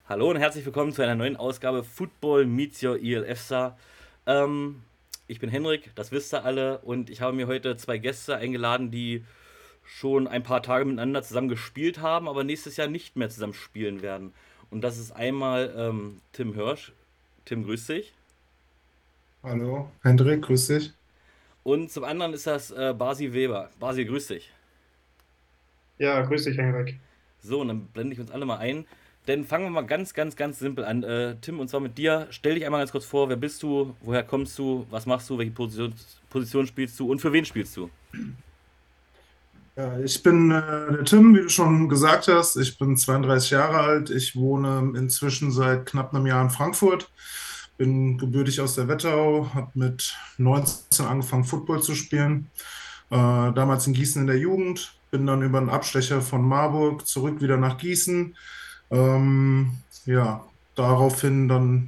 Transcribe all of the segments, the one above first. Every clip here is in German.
Hallo und herzlich willkommen zu einer neuen Ausgabe Football Meets Your ELF-Star. Ähm, Ich bin Henrik, das wisst ihr alle, und ich habe mir heute zwei Gäste eingeladen, die schon ein paar Tage miteinander zusammen gespielt haben, aber nächstes Jahr nicht mehr zusammen spielen werden. Und das ist einmal Tim Hirsch. Tim, grüß dich. Hallo, Hendrik, grüß dich. Und zum anderen ist das Basil Weber. Basil, grüß dich. Ja, grüß dich, Henrik. So, und dann blende ich uns alle mal ein. Denn fangen wir mal ganz, ganz, ganz simpel an. Tim, und zwar mit dir. Stell dich einmal ganz kurz vor, wer bist du, woher kommst du, was machst du, welche Position spielst du und für wen spielst du? Ja, ich bin der Tim, wie du schon gesagt hast. Ich bin 32 Jahre alt. Ich wohne inzwischen seit knapp einem Jahr in Frankfurt. Bin gebürtig aus der Wetterau, habe mit 19 angefangen, Football zu spielen. Damals in Gießen in der Jugend. Bin dann über einen Abstecher von Marburg zurück wieder nach Gießen. Ja, daraufhin dann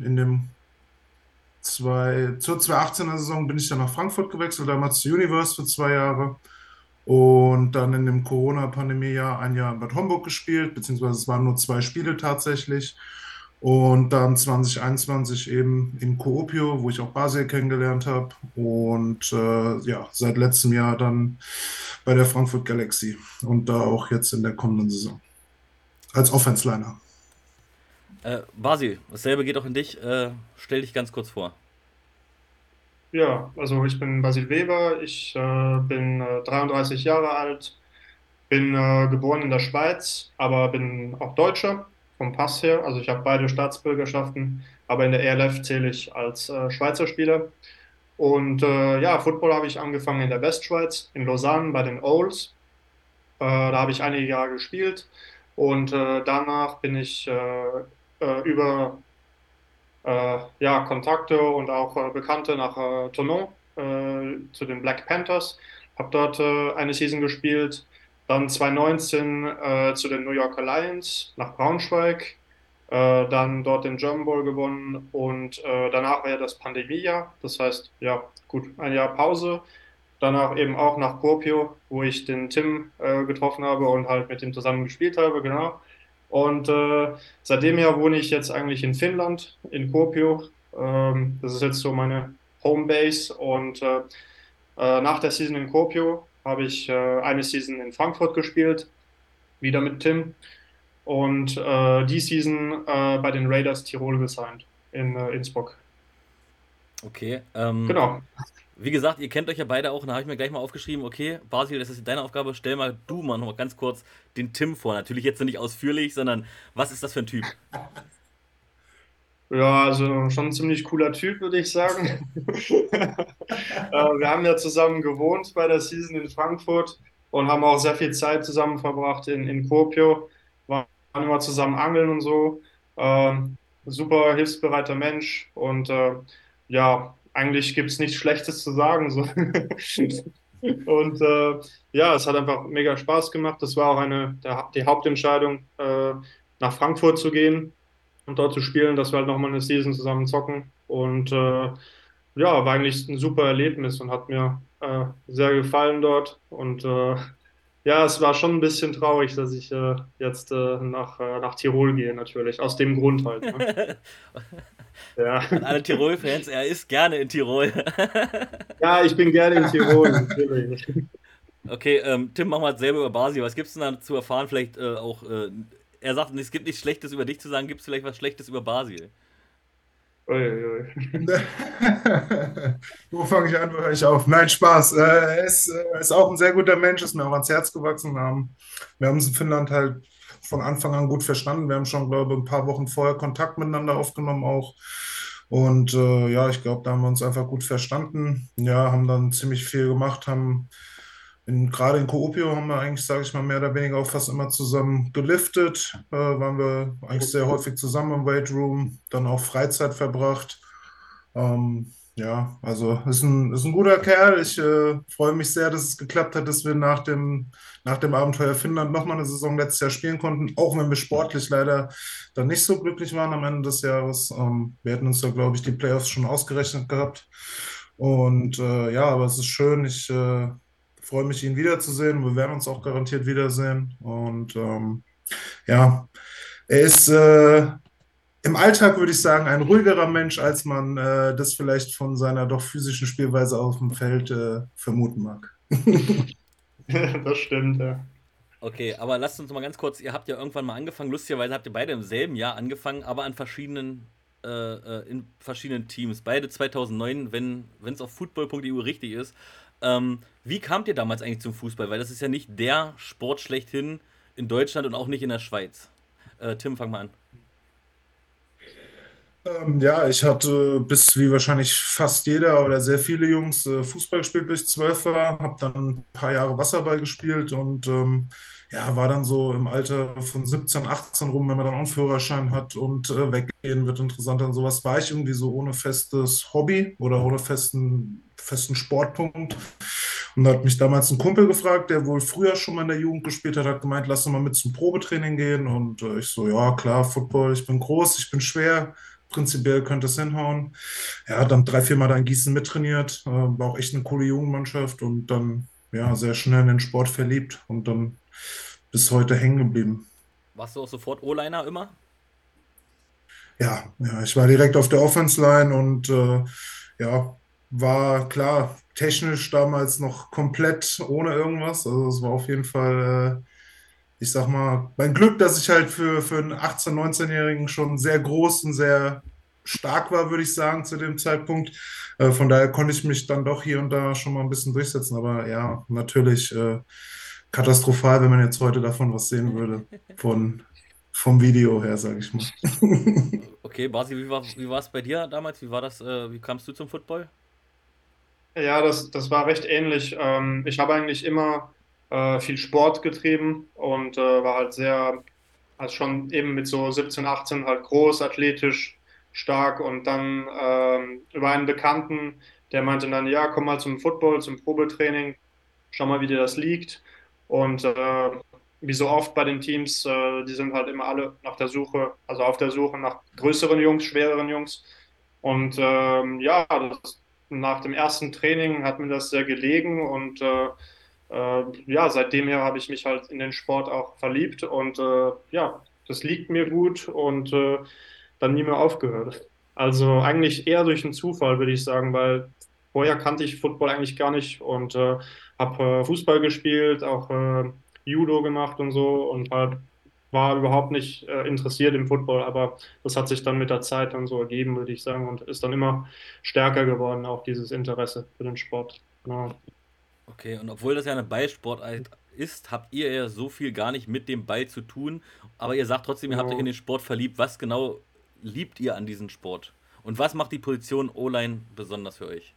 zur 2018er Saison bin ich dann nach Frankfurt gewechselt, damals zu Universe für 2 Jahre. Und dann in dem Corona-Pandemie-Jahr ein Jahr in Bad Homburg gespielt, beziehungsweise es waren nur 2 Spiele tatsächlich. Und dann 2021 eben in Kuopio, wo ich auch Basel kennengelernt habe. Und ja, seit letztem Jahr dann bei der Frankfurt Galaxy und da auch jetzt in der kommenden Saison als Offense-Liner. Basil, dasselbe geht auch in dich. Stell dich ganz kurz vor. Ja, also ich bin Basil Weber, ich bin 33 Jahre alt, bin geboren in der Schweiz, aber bin auch Deutscher vom Pass her. Also ich habe beide Staatsbürgerschaften, aber in der ELF zähle ich als Schweizer Spieler. Und ja, Football habe ich angefangen in der Westschweiz, in Lausanne bei den Owls. Da habe ich einige Jahre gespielt und danach bin ich über ja, Kontakte und auch Bekannte nach Toulon zu den Black Panthers. Habe dort eine Season gespielt. Dann 2019 zu den New Yorker Lions nach Braunschweig. Dann dort den German Bowl gewonnen und danach war ja das Pandemiejahr. Das heißt, ja, gut, ein Jahr Pause. Danach eben auch nach Kuopio, wo ich den Tim getroffen habe und halt mit ihm zusammen gespielt habe, genau. Und seitdem her wohne ich jetzt eigentlich in Finnland, in Kuopio. Das ist jetzt so meine Homebase. Und nach der Season in Kuopio habe ich eine Season in Frankfurt gespielt, wieder mit Tim. Und die Season bei den Raiders Tirol gesigned in Innsbruck. Okay. Genau. Wie gesagt, ihr kennt euch ja beide auch, und da habe ich mir gleich mal aufgeschrieben, okay, Basil, das ist deine Aufgabe, stell mal du mal noch mal ganz kurz den Tim vor. Natürlich jetzt nicht ausführlich, sondern was ist das für ein Typ? Ja, also schon ein ziemlich cooler Typ, würde ich sagen. Wir haben ja zusammen gewohnt bei der Season in Frankfurt und haben auch sehr viel Zeit zusammen verbracht in Kuopio. Waren immer zusammen angeln und so. Super hilfsbereiter Mensch und ja, eigentlich gibt es nichts Schlechtes zu sagen. So. Und ja, es hat einfach mega Spaß gemacht. Das war auch die Hauptentscheidung, nach Frankfurt zu gehen und dort zu spielen, dass wir halt nochmal eine Season zusammen zocken. Und ja, war eigentlich ein super Erlebnis und hat mir sehr gefallen dort. Und ja, es war schon ein bisschen traurig, dass ich jetzt nach Tirol gehe, natürlich. Aus dem Grund halt. Ne? Ja. An alle Tirol-Fans, er ist gerne in Tirol. Ja, ich bin gerne in Tirol, natürlich. Okay, Tim, mach mal selber über Basil. Was gibt's denn da zu erfahren? Vielleicht auch, er sagt, es gibt nichts Schlechtes über dich zu sagen, gibt es vielleicht was Schlechtes über Basil? Ui, ui. Wo fange ich an, wo höre ich auf? Nein, Spaß. Er ist auch ein sehr guter Mensch, ist mir auch ans Herz gewachsen. Wir haben uns in Finnland halt von Anfang an gut verstanden. Wir haben schon, glaube ich, ein paar Wochen vorher Kontakt miteinander aufgenommen auch. Und ja, ich glaube, da haben wir uns einfach gut verstanden. Ja, haben dann ziemlich viel gemacht, gerade in Kuopio haben wir eigentlich, sage ich mal, mehr oder weniger auch fast immer zusammen geliftet. Waren wir eigentlich sehr häufig zusammen im Weightroom, dann auch Freizeit verbracht. Ja, also ist ein guter Kerl. Ich freue mich sehr, dass es geklappt hat, dass wir nach dem Abenteuer Finnland nochmal eine Saison letztes Jahr spielen konnten, auch wenn wir sportlich leider dann nicht so glücklich waren am Ende des Jahres. Wir hätten uns da, glaube ich, die Playoffs schon ausgerechnet gehabt. Und ja, aber es ist schön. Ich freue mich, ihn wiederzusehen. Wir werden uns auch garantiert wiedersehen. Und ja, er ist im Alltag würde ich sagen, ein ruhigerer Mensch, als man das vielleicht von seiner doch physischen Spielweise auf dem Feld vermuten mag. Das stimmt, ja. Okay, aber lasst uns mal ganz kurz, ihr habt ja irgendwann mal angefangen, lustigerweise habt ihr beide im selben Jahr angefangen, aber in verschiedenen Teams. Beide 2009, wenn es auf football.eu richtig ist. Wie kamt ihr damals eigentlich zum Fußball? Weil das ist ja nicht der Sport schlechthin in Deutschland und auch nicht in der Schweiz. Tim, fang mal an. Ja, ich hatte bis wie wahrscheinlich fast jeder oder sehr viele Jungs Fußball gespielt, bis ich 12 war, habe dann ein paar Jahre Wasserball gespielt und ja, war dann so im Alter von 17, 18 rum, wenn man dann auch einen Führerschein hat und weggehen wird interessanter und sowas, war ich irgendwie so ohne festes Hobby oder ohne festen Sportpunkt. Und da hat mich damals ein Kumpel gefragt, der wohl früher schon mal in der Jugend gespielt hat, hat gemeint, lass uns mal mit zum Probetraining gehen. Und ich so, ja klar, Football, ich bin groß, ich bin schwer, prinzipiell könnte es hinhauen. Er hat dann 3, 4 Mal da in Gießen mittrainiert, war auch echt eine coole Jugendmannschaft und dann ja sehr schnell in den Sport verliebt und dann bis heute hängen geblieben. Warst du auch sofort O-Liner immer? Ja, ich war direkt auf der Offense Line und ja, war klar technisch damals noch komplett ohne irgendwas. Also es war auf jeden Fall, ich sag mal, mein Glück, dass ich halt für einen 18-, 19-Jährigen schon sehr groß und sehr stark war, würde ich sagen, zu dem Zeitpunkt. Von daher konnte ich mich dann doch hier und da schon mal ein bisschen durchsetzen. Aber ja, natürlich katastrophal, wenn man jetzt heute davon was sehen würde. Vom Video her, sage ich mal. Okay, Basi, wie war es bei dir damals? Wie war das, wie kamst du zum Football? Ja, das war recht ähnlich. Ich habe eigentlich immer viel Sport getrieben und war halt also schon eben mit so 17, 18 halt groß, athletisch, stark und dann über einen Bekannten, der meinte dann, ja, komm mal zum Football, zum Probetraining, schau mal, wie dir das liegt. Und wie so oft bei den Teams, die sind halt immer alle nach der Suche, also auf der Suche nach größeren Jungs, schwereren Jungs. Und ja, nach dem ersten Training hat mir das sehr gelegen und ja, seitdem her habe ich mich halt in den Sport auch verliebt und ja, das liegt mir gut und dann nie mehr aufgehört. Also eigentlich eher durch einen Zufall, würde ich sagen, weil vorher kannte ich Football eigentlich gar nicht und habe Fußball gespielt, auch Judo gemacht und so und halt war überhaupt nicht interessiert im Football, aber das hat sich dann mit der Zeit dann so ergeben, würde ich sagen, und ist dann immer stärker geworden, auch dieses Interesse für den Sport. Genau. Okay, und obwohl das ja eine Ballsportart ist, habt ihr ja so viel gar nicht mit dem Ball zu tun. Aber ihr sagt trotzdem, ihr habt euch in Genau. den Sport verliebt. Was genau liebt ihr an diesem Sport? Und was macht die Position O-Line besonders für euch?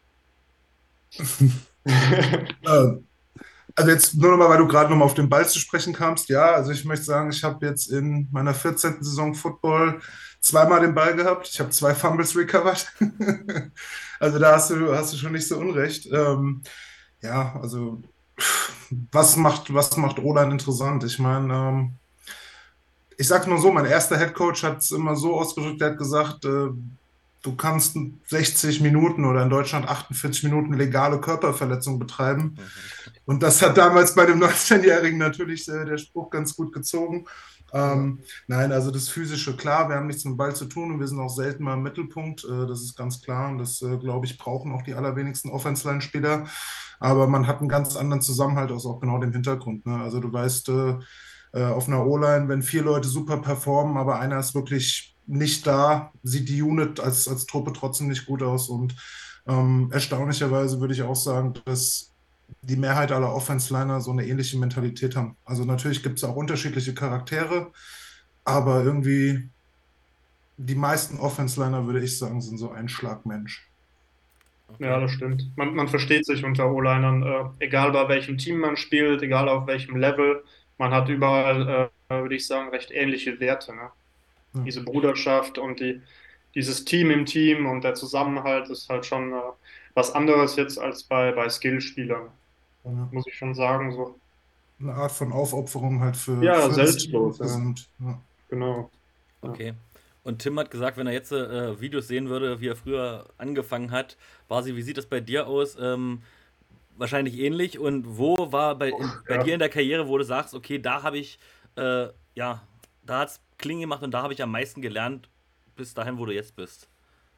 Äh, Also jetzt nur nochmal, weil du gerade nochmal auf den Ball zu sprechen kamst. Ja, also ich möchte sagen, ich habe jetzt in meiner 14. Saison Football zweimal den Ball gehabt. Ich habe 2 Fumbles recovered. Also da hast du schon nicht so unrecht. Ja, also was macht Roland interessant? Ich meine, ich sag's mal so, mein erster Headcoach hat es immer so ausgedrückt, der hat gesagt, du kannst 60 Minuten oder in Deutschland 48 Minuten legale Körperverletzung betreiben. Und das hat damals bei dem 19-Jährigen natürlich der Spruch ganz gut gezogen. Ja. Nein, also das Physische, klar, wir haben nichts mit dem Ball zu tun und wir sind auch selten mal im Mittelpunkt, das ist ganz klar und das, glaube ich, brauchen auch die allerwenigsten Offense-Line-Spieler, aber man hat einen ganz anderen Zusammenhalt aus auch genau dem Hintergrund. Ne? Also du weißt, auf einer O-Line, wenn 4 Leute super performen, aber einer ist wirklich nicht da, sieht die Unit als Truppe trotzdem nicht gut aus und erstaunlicherweise würde ich auch sagen, dass die Mehrheit aller Offense-Liner so eine ähnliche Mentalität haben. Also natürlich gibt es auch unterschiedliche Charaktere, aber irgendwie die meisten Offense-Liner, würde ich sagen, sind so ein Schlagmensch. Ja, Okay. das stimmt. Man versteht sich unter O-Linern, egal bei welchem Team man spielt, egal auf welchem Level. Man hat überall, würde ich sagen, recht ähnliche Werte. Ne? Ja, Diese Bruderschaft und dieses Team im Team und der Zusammenhalt ist halt schon was anderes jetzt als bei Skillspielern, ja. muss ich schon sagen. So. Eine Art von Aufopferung halt Ja, für das Team selbstlos, ja, insgesamt. Ja. genau. Ja. Okay. Und Tim hat gesagt, wenn er jetzt Videos sehen würde, wie er früher angefangen hat, Basi, wie sieht das bei dir aus? Wahrscheinlich ähnlich. Und wo war bei dir Ja. in der Karriere, wo du sagst, okay, da habe ich, ja, da hat es Kling gemacht und da habe ich am meisten gelernt, bis dahin, wo du jetzt bist?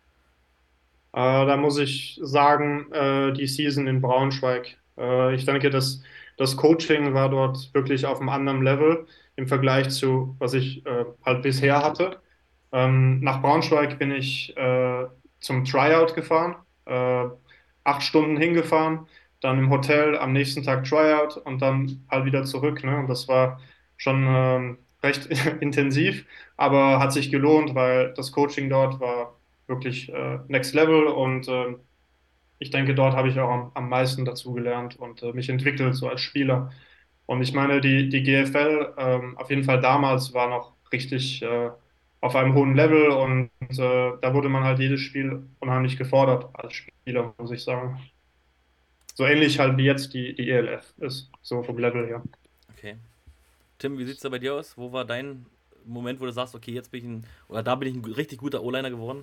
Da muss ich sagen, die Season in Braunschweig. Ich denke, das Coaching war dort wirklich auf einem anderen Level im Vergleich zu, was ich halt bisher hatte. Nach Braunschweig bin ich zum Tryout gefahren, 8 Stunden hingefahren, dann im Hotel am nächsten Tag Tryout und dann halt wieder zurück. Ne? Und das war schon recht intensiv, aber hat sich gelohnt, weil das Coaching dort war wirklich Next Level und ich denke, dort habe ich auch am meisten dazu gelernt und mich entwickelt so als Spieler. Und ich meine, die GFL auf jeden Fall damals war noch richtig auf einem hohen Level und da wurde man halt jedes Spiel unheimlich gefordert als Spieler, muss ich sagen. So ähnlich halt wie jetzt die ELF ist, so vom Level her. Okay. Tim, wie sieht's da bei dir aus? Wo war dein Moment, wo du sagst, okay, jetzt bin ich oder da bin ich ein richtig guter O-Liner geworden?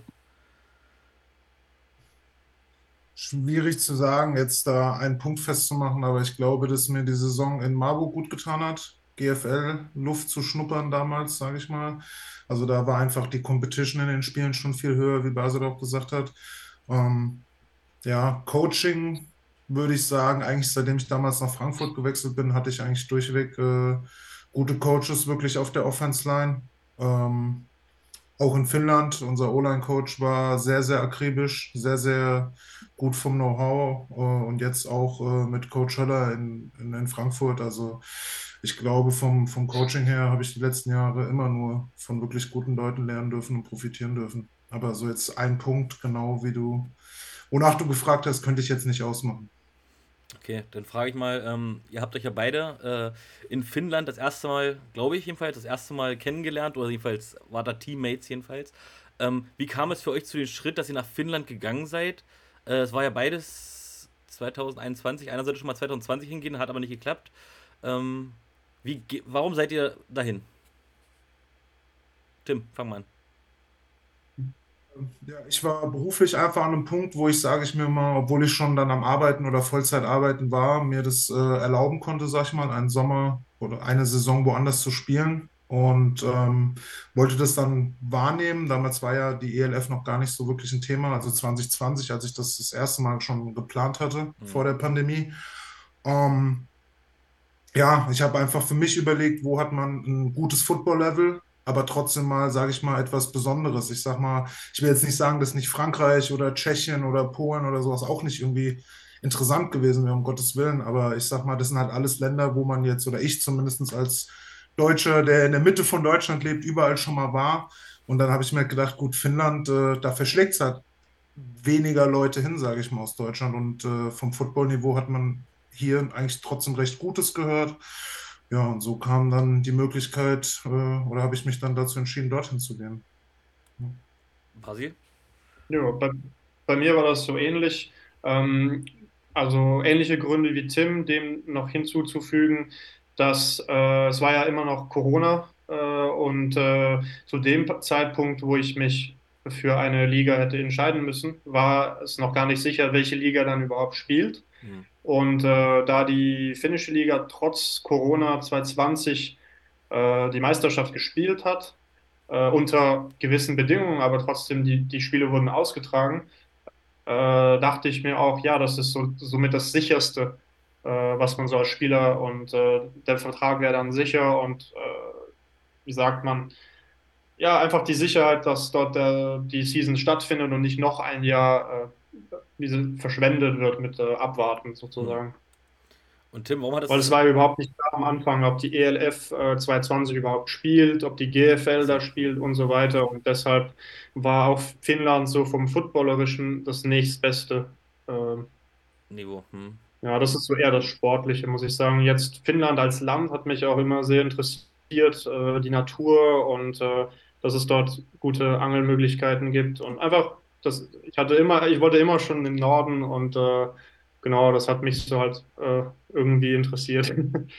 Schwierig zu sagen, jetzt da einen Punkt festzumachen, aber ich glaube, dass mir die Saison in Marburg gut getan hat. GFL, Luft zu schnuppern damals, sage ich mal. Also da war einfach die Competition in den Spielen schon viel höher, wie Basil auch gesagt hat. Ähm, ja, Coaching würde ich sagen, eigentlich seitdem ich damals nach Frankfurt gewechselt bin, hatte ich eigentlich durchweg gute Coaches wirklich auf der Offense Line. Ähm, auch in Finnland, unser O-Line-Coach war sehr, sehr akribisch, sehr, sehr gut vom Know-how und jetzt auch mit Coach Höller in Frankfurt. Also ich glaube, vom Coaching her habe ich die letzten Jahre immer nur von wirklich guten Leuten lernen dürfen und profitieren dürfen. Aber so jetzt ein Punkt, genau wie du, wonach du gefragt hast, könnte ich jetzt nicht ausmachen. Okay, dann frage ich mal, ihr habt euch ja beide in Finnland das erste Mal, glaube ich jedenfalls, das erste Mal kennengelernt oder jedenfalls war da Teammates jedenfalls. Wie kam es für euch zu dem Schritt, dass ihr nach Finnland gegangen seid? Es war ja beides 2021, einer sollte schon mal 2020 hingehen, hat aber nicht geklappt. Ähm, warum seid ihr dahin? Tim, fang mal an. Ja, ich war beruflich einfach an einem Punkt, wo ich, sage ich mir mal, obwohl ich schon dann am Arbeiten oder Vollzeit arbeiten war, mir das erlauben konnte, sag ich mal, einen Sommer oder eine Saison woanders zu spielen und wollte das dann wahrnehmen. Damals war ja die ELF noch gar nicht so wirklich ein Thema, also 2020, als ich das erste Mal schon geplant hatte vor Mhm. der Pandemie. Ähm, ja, ich habe einfach für mich überlegt, wo hat man ein gutes Football-Level, aber trotzdem mal, sage ich mal, etwas Besonderes. Ich sag mal, ich will jetzt nicht sagen, dass nicht Frankreich oder Tschechien oder Polen oder sowas auch nicht irgendwie interessant gewesen wäre, um Gottes Willen, aber ich sag mal, das sind halt alles Länder, wo man jetzt, oder ich zumindest als Deutscher, der in der Mitte von Deutschland lebt, überall schon mal war. Und dann habe ich mir halt gedacht, gut, Finnland, da verschlägt es halt weniger Leute hin, sage ich mal, aus Deutschland. Und vom Footballniveau hat man hier eigentlich trotzdem recht Gutes gehört. Ja, und so kam dann die Möglichkeit, oder habe ich mich dann dazu entschieden, dorthin zu gehen. Ja. Brasil? Ja, bei mir war das so ähnlich. Ähm, also ähnliche Gründe wie Tim, dem noch hinzuzufügen, dass es war ja immer noch Corona und zu dem Zeitpunkt, wo ich mich für eine Liga hätte entscheiden müssen, war es noch gar nicht sicher, welche Liga dann überhaupt spielt. Mhm. Und da die finnische Liga trotz Corona 2020 die Meisterschaft gespielt hat, unter gewissen Bedingungen, aber trotzdem die Spiele wurden ausgetragen, dachte ich mir auch, ja, das ist somit das Sicherste, was man so als Spieler und der Vertrag wäre dann sicher und wie sagt man, ja, einfach die Sicherheit, dass dort die Season stattfindet und nicht noch ein Jahr wie sie verschwendet wird mit Abwarten Mhm. sozusagen. Und Tim, warum hat Weil es. es war ja überhaupt nicht klar am Anfang, ob die ELF 220 überhaupt spielt, ob die GFL Achso, da spielt und so weiter. Und deshalb war auch Finnland so vom Footballerischen das nächstbeste. Ähm, Niveau. Hm. ja, das ist so eher das Sportliche, muss ich sagen. Jetzt Finnland als Land hat mich auch immer sehr interessiert, die Natur und dass es dort gute Angelmöglichkeiten gibt. Und einfach, ich wollte immer schon im Norden und genau, das hat mich so halt irgendwie interessiert.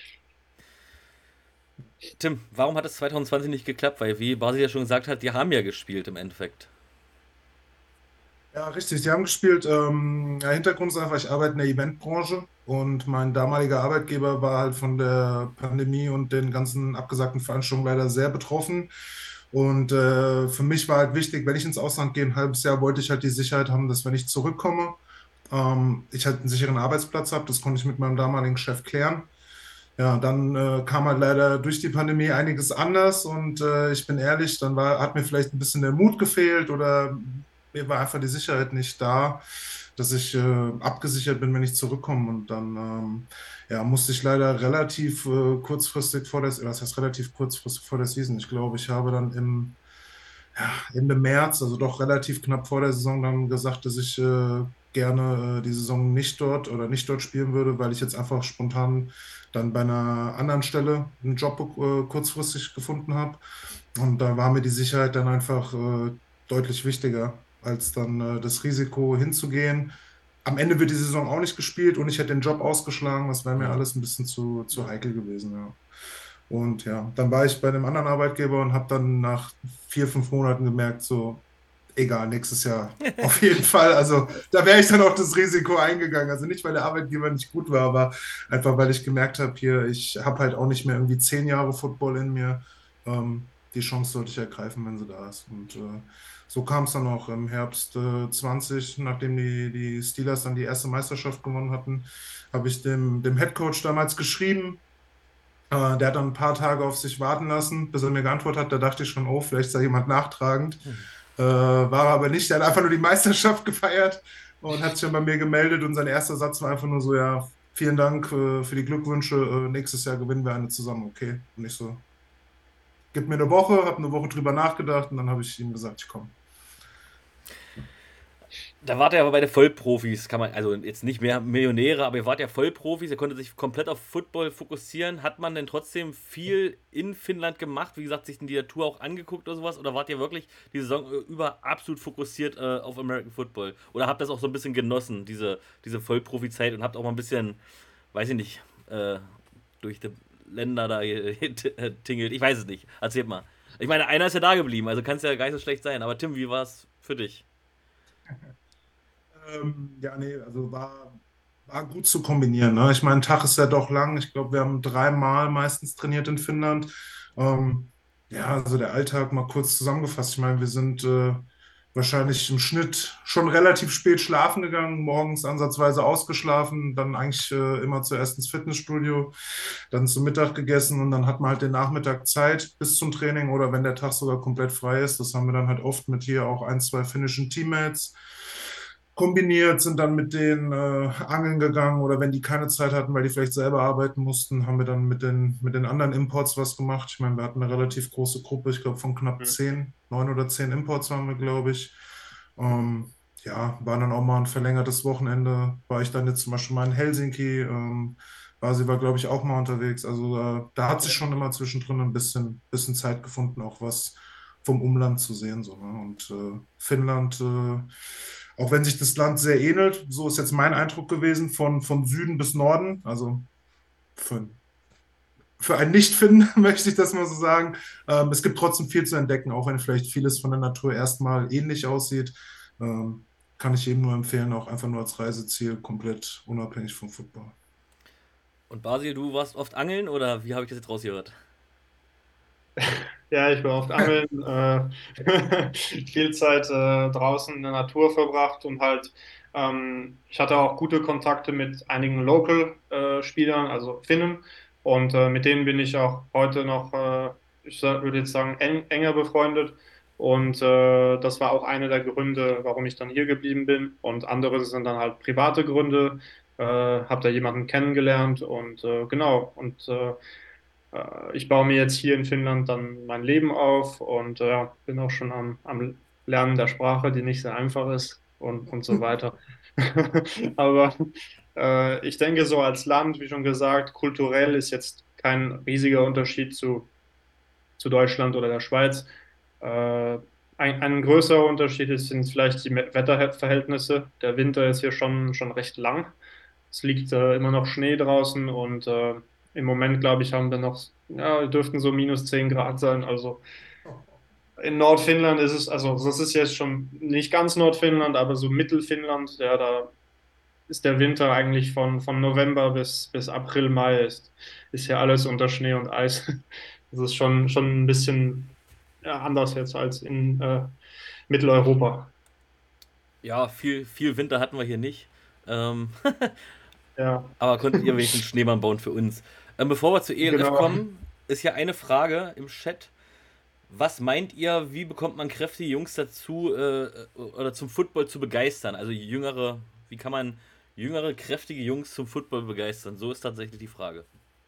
Tim, warum hat es 2020 nicht geklappt? Weil, wie Basil ja schon gesagt hat, die haben ja gespielt im Endeffekt. Ja, richtig. Sie haben gespielt. Ja, Hintergrund ist einfach, ich arbeite in der Eventbranche und mein damaliger Arbeitgeber war halt von der Pandemie und den ganzen abgesagten Veranstaltungen leider sehr betroffen. Und für mich war halt wichtig, wenn ich ins Ausland gehe, ein halbes Jahr, wollte ich halt die Sicherheit haben, dass wenn ich zurückkomme, ich halt einen sicheren Arbeitsplatz habe. Das konnte ich mit meinem damaligen Chef klären. Ja, dann kam halt leider durch die Pandemie einiges anders und ich bin ehrlich, hat mir vielleicht ein bisschen der Mut gefehlt oder mir war einfach die Sicherheit nicht da, dass ich abgesichert bin, wenn ich zurückkomme. Und dann ja, musste ich leider relativ kurzfristig was heißt relativ kurzfristig vor der Season? Ich glaube, ich habe dann Ende März, also doch relativ knapp vor der Saison, dann gesagt, dass ich gerne die Saison nicht dort spielen würde, weil ich jetzt einfach spontan dann bei einer anderen Stelle einen Job kurzfristig gefunden habe. Und da war mir die Sicherheit dann einfach deutlich wichtiger, als dann das Risiko hinzugehen. Am Ende wird die Saison auch nicht gespielt und ich hätte den Job ausgeschlagen. Das wäre mir Hm. alles ein bisschen zu heikel gewesen, ja. Und ja, dann war ich bei einem anderen Arbeitgeber und habe dann nach 4, 5 Monaten gemerkt, so, egal, nächstes Jahr auf jeden Fall. Also da wäre ich dann auch das Risiko eingegangen. Also nicht, weil der Arbeitgeber nicht gut war, aber einfach, weil ich gemerkt habe, hier, ich habe halt auch nicht mehr irgendwie 10 Jahre Football in mir. Die Chance sollte ich ergreifen, wenn sie da ist. Und so kam es dann auch im Herbst 20, nachdem die Steelers dann die erste Meisterschaft gewonnen hatten, habe ich dem Head Coach damals geschrieben. Der hat dann ein paar Tage auf sich warten lassen, bis er mir geantwortet hat. Da dachte ich schon, oh, vielleicht ist da jemand nachtragend. War er aber nicht. Der hat einfach nur die Meisterschaft gefeiert und hat sich dann bei mir gemeldet. Und sein erster Satz war einfach nur so: Ja, vielen Dank für die Glückwünsche. Nächstes Jahr gewinnen wir eine zusammen, okay? Und ich so, gib mir eine Woche, habe eine Woche drüber nachgedacht und dann habe ich ihm gesagt, ich komme. Da wart ihr aber bei den Vollprofis, kann man, also jetzt nicht mehr Millionäre, aber ihr wart ja Vollprofis, ihr konntet sich komplett auf Football fokussieren. Hat man denn trotzdem viel in Finnland gemacht? Wie gesagt, sich denn die Tour auch angeguckt oder sowas? Oder wart ihr wirklich die Saison über absolut fokussiert auf American Football? Oder habt ihr das auch so ein bisschen genossen, diese Vollprofi-Zeit und habt auch mal ein bisschen, weiß ich nicht, durch die Länder da tingelt? Ich weiß es nicht. Erzählt mal. Ich meine, einer ist ja da geblieben, also kann es ja gar nicht so schlecht sein. Aber Tim, wie war es für dich? Ja, nee, also war gut zu kombinieren. Ne? Ich meine, ein Tag ist ja doch lang. Ich glaube, wir haben 3 Mal meistens trainiert in Finnland. Ähm, ja, also der Alltag mal kurz zusammengefasst. Ich meine, wir sind wahrscheinlich im Schnitt schon relativ spät schlafen gegangen, morgens ansatzweise ausgeschlafen, dann eigentlich immer zuerst ins Fitnessstudio, dann zum Mittag gegessen und dann hat man halt den Nachmittag Zeit bis zum Training oder wenn der Tag sogar komplett frei ist. Das haben wir dann halt oft mit hier auch 1, 2 finnischen Teammates kombiniert, sind dann mit denen angeln gegangen oder wenn die keine Zeit hatten, weil die vielleicht selber arbeiten mussten, haben wir dann mit den anderen Imports was gemacht. Ich meine, wir hatten eine relativ große Gruppe, ich glaube von knapp Hm. 10, 9 oder 10 Imports waren wir, glaube ich. Ja, war dann auch mal ein verlängertes Wochenende, war ich dann jetzt zum Beispiel mal in Helsinki, Basi war, glaube ich, auch mal unterwegs. Also da hat sich schon immer zwischendrin ein bisschen Zeit gefunden, auch was vom Umland zu sehen. So, ne? Und Finnland, auch wenn sich das Land sehr ähnelt, so ist jetzt mein Eindruck gewesen, von Süden bis Norden, also für, für einen Nicht-Finn möchte ich das mal so sagen. Es gibt trotzdem viel zu entdecken, auch wenn vielleicht vieles von der Natur erstmal ähnlich aussieht. Ähm, Kann ich jedem nur empfehlen, auch einfach nur als Reiseziel, komplett unabhängig vom Football. Und Basil, du warst oft angeln oder wie habe ich das jetzt rausgehört? Ja, ich war oft angeln, viel Zeit draußen in der Natur verbracht und halt, ich hatte auch gute Kontakte mit einigen Local-Spielern, also Finnen, und mit denen bin ich auch heute noch, würde jetzt sagen, enger befreundet. Und das war auch einer der Gründe, warum ich dann hier geblieben bin. Und andere sind dann halt private Gründe. Habe da jemanden kennengelernt und genau. Und ich baue mir jetzt hier in Finnland dann mein Leben auf und bin auch schon am Lernen der Sprache, die nicht sehr einfach ist und so weiter. Aber ich denke, so als Land, wie schon gesagt, kulturell ist jetzt kein riesiger Unterschied zu Deutschland oder der Schweiz. Ein größerer Unterschied sind vielleicht die Wetterverhältnisse. Der Winter ist hier schon recht lang. Es liegt immer noch Schnee draußen und im Moment, glaube ich, haben wir noch, ja, dürften so -10 Grad sein. Also In Nordfinnland ist es, also das ist jetzt schon nicht ganz Nordfinnland, aber so Mittelfinnland, ja, da ist der Winter eigentlich von November bis April, Mai ist ja alles unter Schnee und Eis. Das ist schon ein bisschen ja, anders jetzt als in Mitteleuropa. Ja, viel Winter hatten wir hier nicht. Ähm, Ja, aber konntet ihr wenigstens einen Schneemann bauen für uns. Bevor wir zur ELF genau. kommen, ist hier eine Frage im Chat. Was meint ihr, wie bekommt man kräftige Jungs dazu oder zum Football zu begeistern? Also wie kann man jüngere, kräftige Jungs zum Football begeistern? So ist tatsächlich die Frage.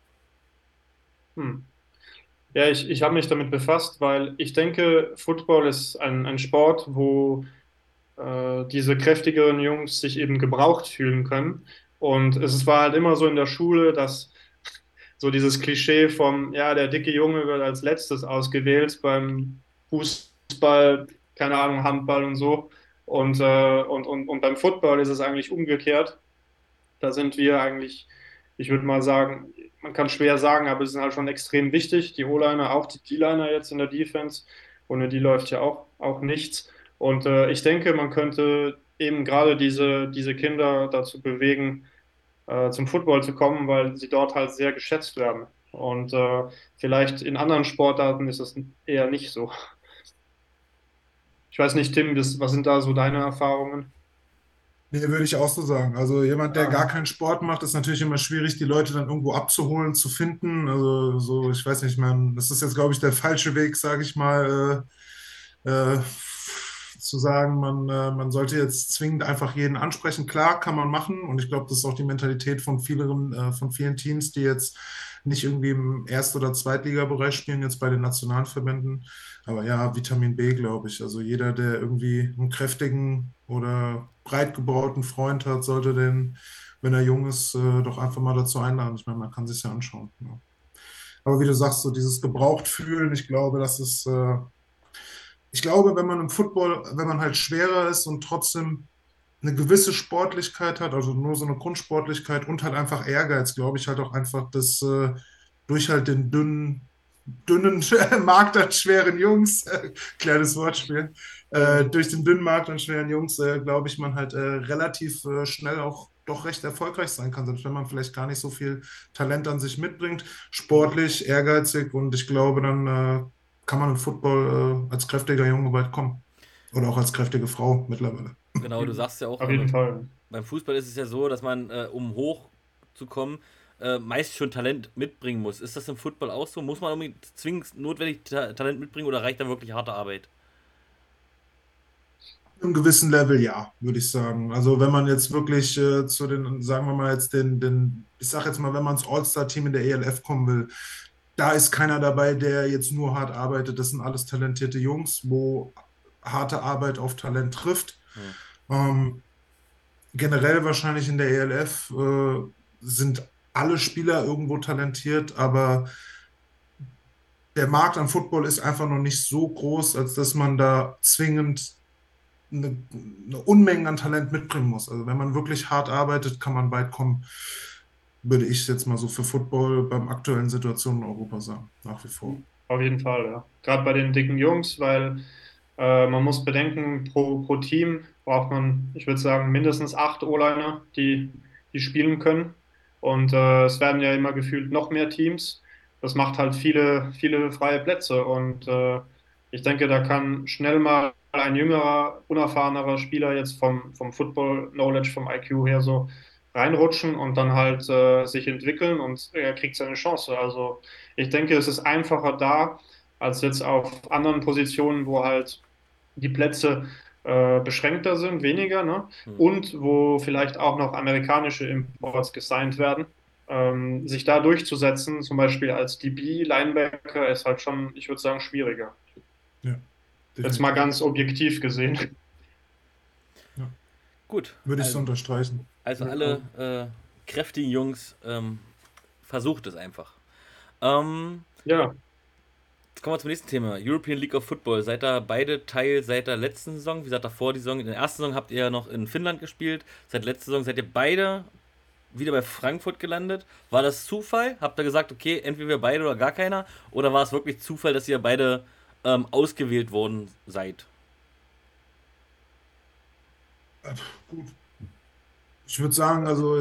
Hm. Ja, ich habe mich damit befasst, weil ich denke, Football ist ein Sport, wo diese kräftigeren Jungs sich eben gebraucht fühlen können. Und es war halt immer so in der Schule, dass so dieses Klischee vom, ja, der dicke Junge wird als letztes ausgewählt beim Fußball, keine Ahnung, Handball und so. Und beim Football ist es eigentlich umgekehrt. Da sind wir eigentlich, ich würde mal sagen, man kann schwer sagen, aber sie sind halt schon extrem wichtig. Die O-Liner, auch die D-Liner jetzt in der Defense. Ohne die läuft ja auch nichts. Und ich denke, man könnte eben gerade diese Kinder dazu bewegen, zum Football zu kommen, weil sie dort halt sehr geschätzt werden. Und vielleicht in anderen Sportarten ist es eher nicht so. Ich weiß nicht, Tim, was sind da so deine Erfahrungen? Nee, würde ich auch so sagen. Also jemand, der gar Ja, keinen Sport macht, ist natürlich immer schwierig, die Leute dann irgendwo abzuholen, zu finden. Also so, ich weiß nicht, man, das ist jetzt, glaube ich, der falsche Weg, sage ich mal, zu sagen, man sollte jetzt zwingend einfach jeden ansprechen. Klar, kann man machen. Und ich glaube, das ist auch die Mentalität von vielen Teams, die jetzt nicht irgendwie im Erst- oder Zweitligabereich spielen, jetzt bei den Nationalverbänden. Aber ja, Vitamin B, glaube ich. Also jeder, der irgendwie einen kräftigen oder breit gebauten Freund hat, sollte den, wenn er jung ist, doch einfach mal dazu einladen. Ich meine, man kann sich ja anschauen. Ja. Aber wie du sagst, so dieses gebraucht fühlen, ich glaube, wenn man im Football, wenn man halt schwerer ist und trotzdem eine gewisse Sportlichkeit hat, also nur so eine Grundsportlichkeit und halt einfach Ehrgeiz, glaube ich halt auch einfach, dass durch halt den dünnen Markt an schweren Jungs, kleines Wortspiel, ja, durch den dünnen Markt an schweren Jungs, glaube ich, man halt relativ schnell auch doch recht erfolgreich sein kann, selbst wenn man vielleicht gar nicht so viel Talent an sich mitbringt, sportlich, ehrgeizig und ich glaube, dann kann man im Football als kräftiger Junge weit kommen. Oder auch als kräftige Frau mittlerweile. Genau, du sagst ja auch, auf jeden Fall. beim Fußball ist es ja so, dass man, um hoch zu kommen, meist schon Talent mitbringen muss. Ist das im Football auch so? Muss man unbedingt zwingend notwendig Talent mitbringen oder reicht da wirklich harte Arbeit? Im gewissen Level ja, würde ich sagen. Also wenn man jetzt wirklich zu den, sagen wir mal jetzt ich sage jetzt mal, wenn man ins All-Star-Team in der ELF kommen will, da ist keiner dabei, der jetzt nur hart arbeitet. Das sind alles talentierte Jungs, wo harte Arbeit auf Talent trifft. Hm. Ähm, generell wahrscheinlich in der ELF sind alle Spieler irgendwo talentiert, aber der Markt an Football ist einfach noch nicht so groß, als dass man da zwingend eine Unmenge an Talent mitbringen muss. Also wenn man wirklich hart arbeitet, kann man weit kommen, würde ich jetzt mal so für Football beim aktuellen Situation in Europa sagen, nach wie vor. Auf jeden Fall, ja. Gerade bei den dicken Jungs, weil man muss bedenken, pro Team braucht man, ich würde sagen, mindestens 8 O-Liner, die spielen können. Und es werden ja immer gefühlt noch mehr Teams. Das macht halt viele freie Plätze. Und ich denke, da kann schnell mal ein jüngerer, unerfahrener Spieler jetzt vom Football-Knowledge, vom IQ her so reinrutschen und dann halt sich entwickeln und er kriegt seine Chance. Also ich denke, es ist einfacher da als jetzt auf anderen Positionen, wo halt die Plätze beschränkter sind, weniger, ne? Hm. Und wo vielleicht auch noch amerikanische Imports gesigned werden. Sich da durchzusetzen, zum Beispiel als DB, Linebacker, ist halt schon, ich würde sagen, schwieriger. Ja, Jetzt mal definitiv. ganz objektiv gesehen. Ja, Gut, würde ich so also, unterstreichen. also Ja, alle kräftigen Jungs, versucht es einfach. Ähm, ja, Jetzt kommen wir zum nächsten Thema. European League of Football. Seid ihr beide Teil seit der letzten Saison? Wie gesagt, davor die Saison, in der ersten Saison habt ihr ja noch in Finnland gespielt. Seit letzter Saison seid ihr beide wieder bei Frankfurt gelandet. War das Zufall? Habt ihr gesagt, okay, entweder wir beide oder gar keiner? Oder war es wirklich Zufall, dass ihr beide ausgewählt worden seid. Gut. Ich würde sagen, also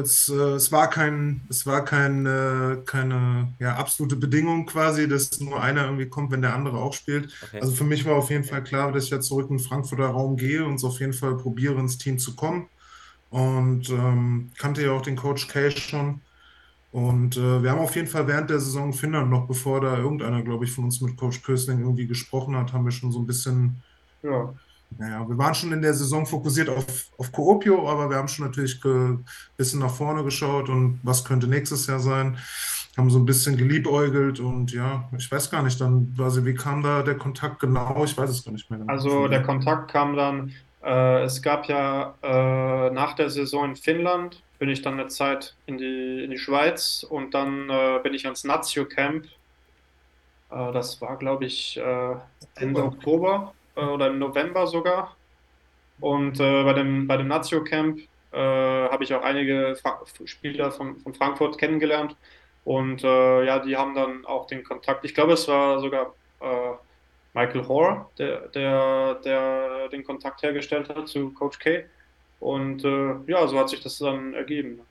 keine ja, absolute Bedingung quasi, dass nur einer irgendwie kommt, wenn der andere auch spielt. Okay. Also für mich war auf jeden Fall klar, dass ich jetzt zurück in den Frankfurter Raum gehe und so auf jeden Fall probiere, ins Team zu kommen. Und kannte ja auch den Coach K schon. Und wir haben auf jeden Fall während der Saison in Finnland, noch bevor da irgendeiner, glaube ich, von uns mit Coach Kösling irgendwie gesprochen hat, haben wir schon so ein bisschen, Ja, naja, wir waren schon in der Saison fokussiert auf Kuopio, aber wir haben schon natürlich ein bisschen nach vorne geschaut und was könnte nächstes Jahr sein. Haben so ein bisschen geliebäugelt und ja, ich weiß gar nicht, dann quasi, wie kam da der Kontakt genau? Ich weiß es gar nicht mehr genau also von der dir. Kontakt kam dann, es gab ja nach der Saison in Finnland, bin ich dann eine Zeit in die Schweiz und dann bin ich ans Nazio Camp. Das war, glaube ich, Ende Oktober. Oktober, oder im November sogar. Und bei dem Nazio Camp habe ich auch einige Spieler von Frankfurt kennengelernt. Und ja, die haben dann auch den Kontakt. Ich glaube, es war sogar Michael Hoare, der den Kontakt hergestellt hat zu Coach K. Und ja, so hat sich das dann ergeben.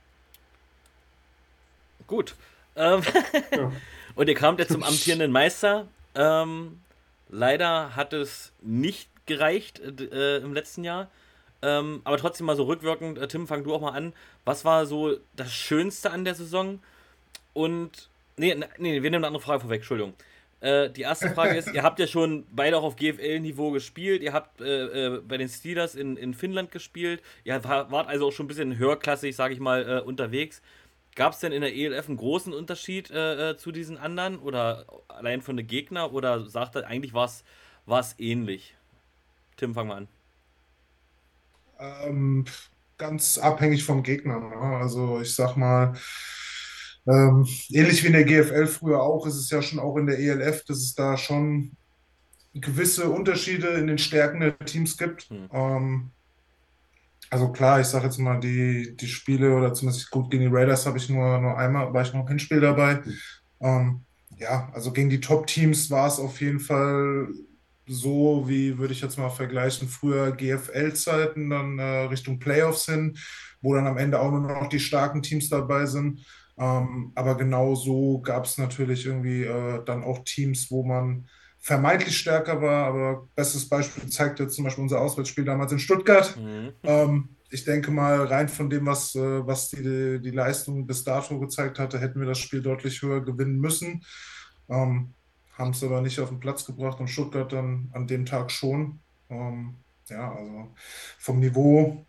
Gut. Ähm, Ja. und ihr kamt jetzt zum amtierenden Meister. Leider hat es nicht gereicht im letzten Jahr. Aber trotzdem mal so rückwirkend, Tim, fang du auch mal an. Was war so das Schönste an der Saison? Und. Nee, wir nehmen eine andere Frage vorweg, Entschuldigung. Die erste Frage ist, ihr habt ja schon beide auch auf GFL-Niveau gespielt, ihr habt bei den Steelers in Finnland gespielt, ihr wart also auch schon ein bisschen höherklassig, sage ich mal, unterwegs. Gab es denn in der ELF einen großen Unterschied zu diesen anderen oder allein von den Gegner oder sagt er, eigentlich war es ähnlich? Tim, fang mal an. Ähm, Ganz abhängig vom Gegner. Ne? Also ich sag mal, ähnlich wie in der GFL früher auch, ist es ja schon auch in der ELF, dass es da schon gewisse Unterschiede in den Stärken der Teams gibt. Hm. Also klar, ich sage jetzt mal, die Spiele oder zumindest gut gegen die Raiders habe ich nur einmal, war ich noch im Hinspiel dabei. Ähm, ja, also gegen die Top-Teams war es auf jeden Fall so, wie würde ich jetzt mal vergleichen, früher GFL-Zeiten, dann Richtung Playoffs hin, wo dann am Ende auch nur noch die starken Teams dabei sind. Aber genau so gab es natürlich irgendwie dann auch Teams, wo man vermeintlich stärker war. Aber bestes Beispiel zeigt jetzt zum Beispiel unser Auswärtsspiel damals in Stuttgart. Mhm. Ich denke mal, rein von dem, was die Leistung bis dato gezeigt hatte, hätten wir das Spiel deutlich höher gewinnen müssen. Ähm, Haben es aber nicht auf den Platz gebracht und Stuttgart dann an dem Tag schon. Ja, also vom Niveau.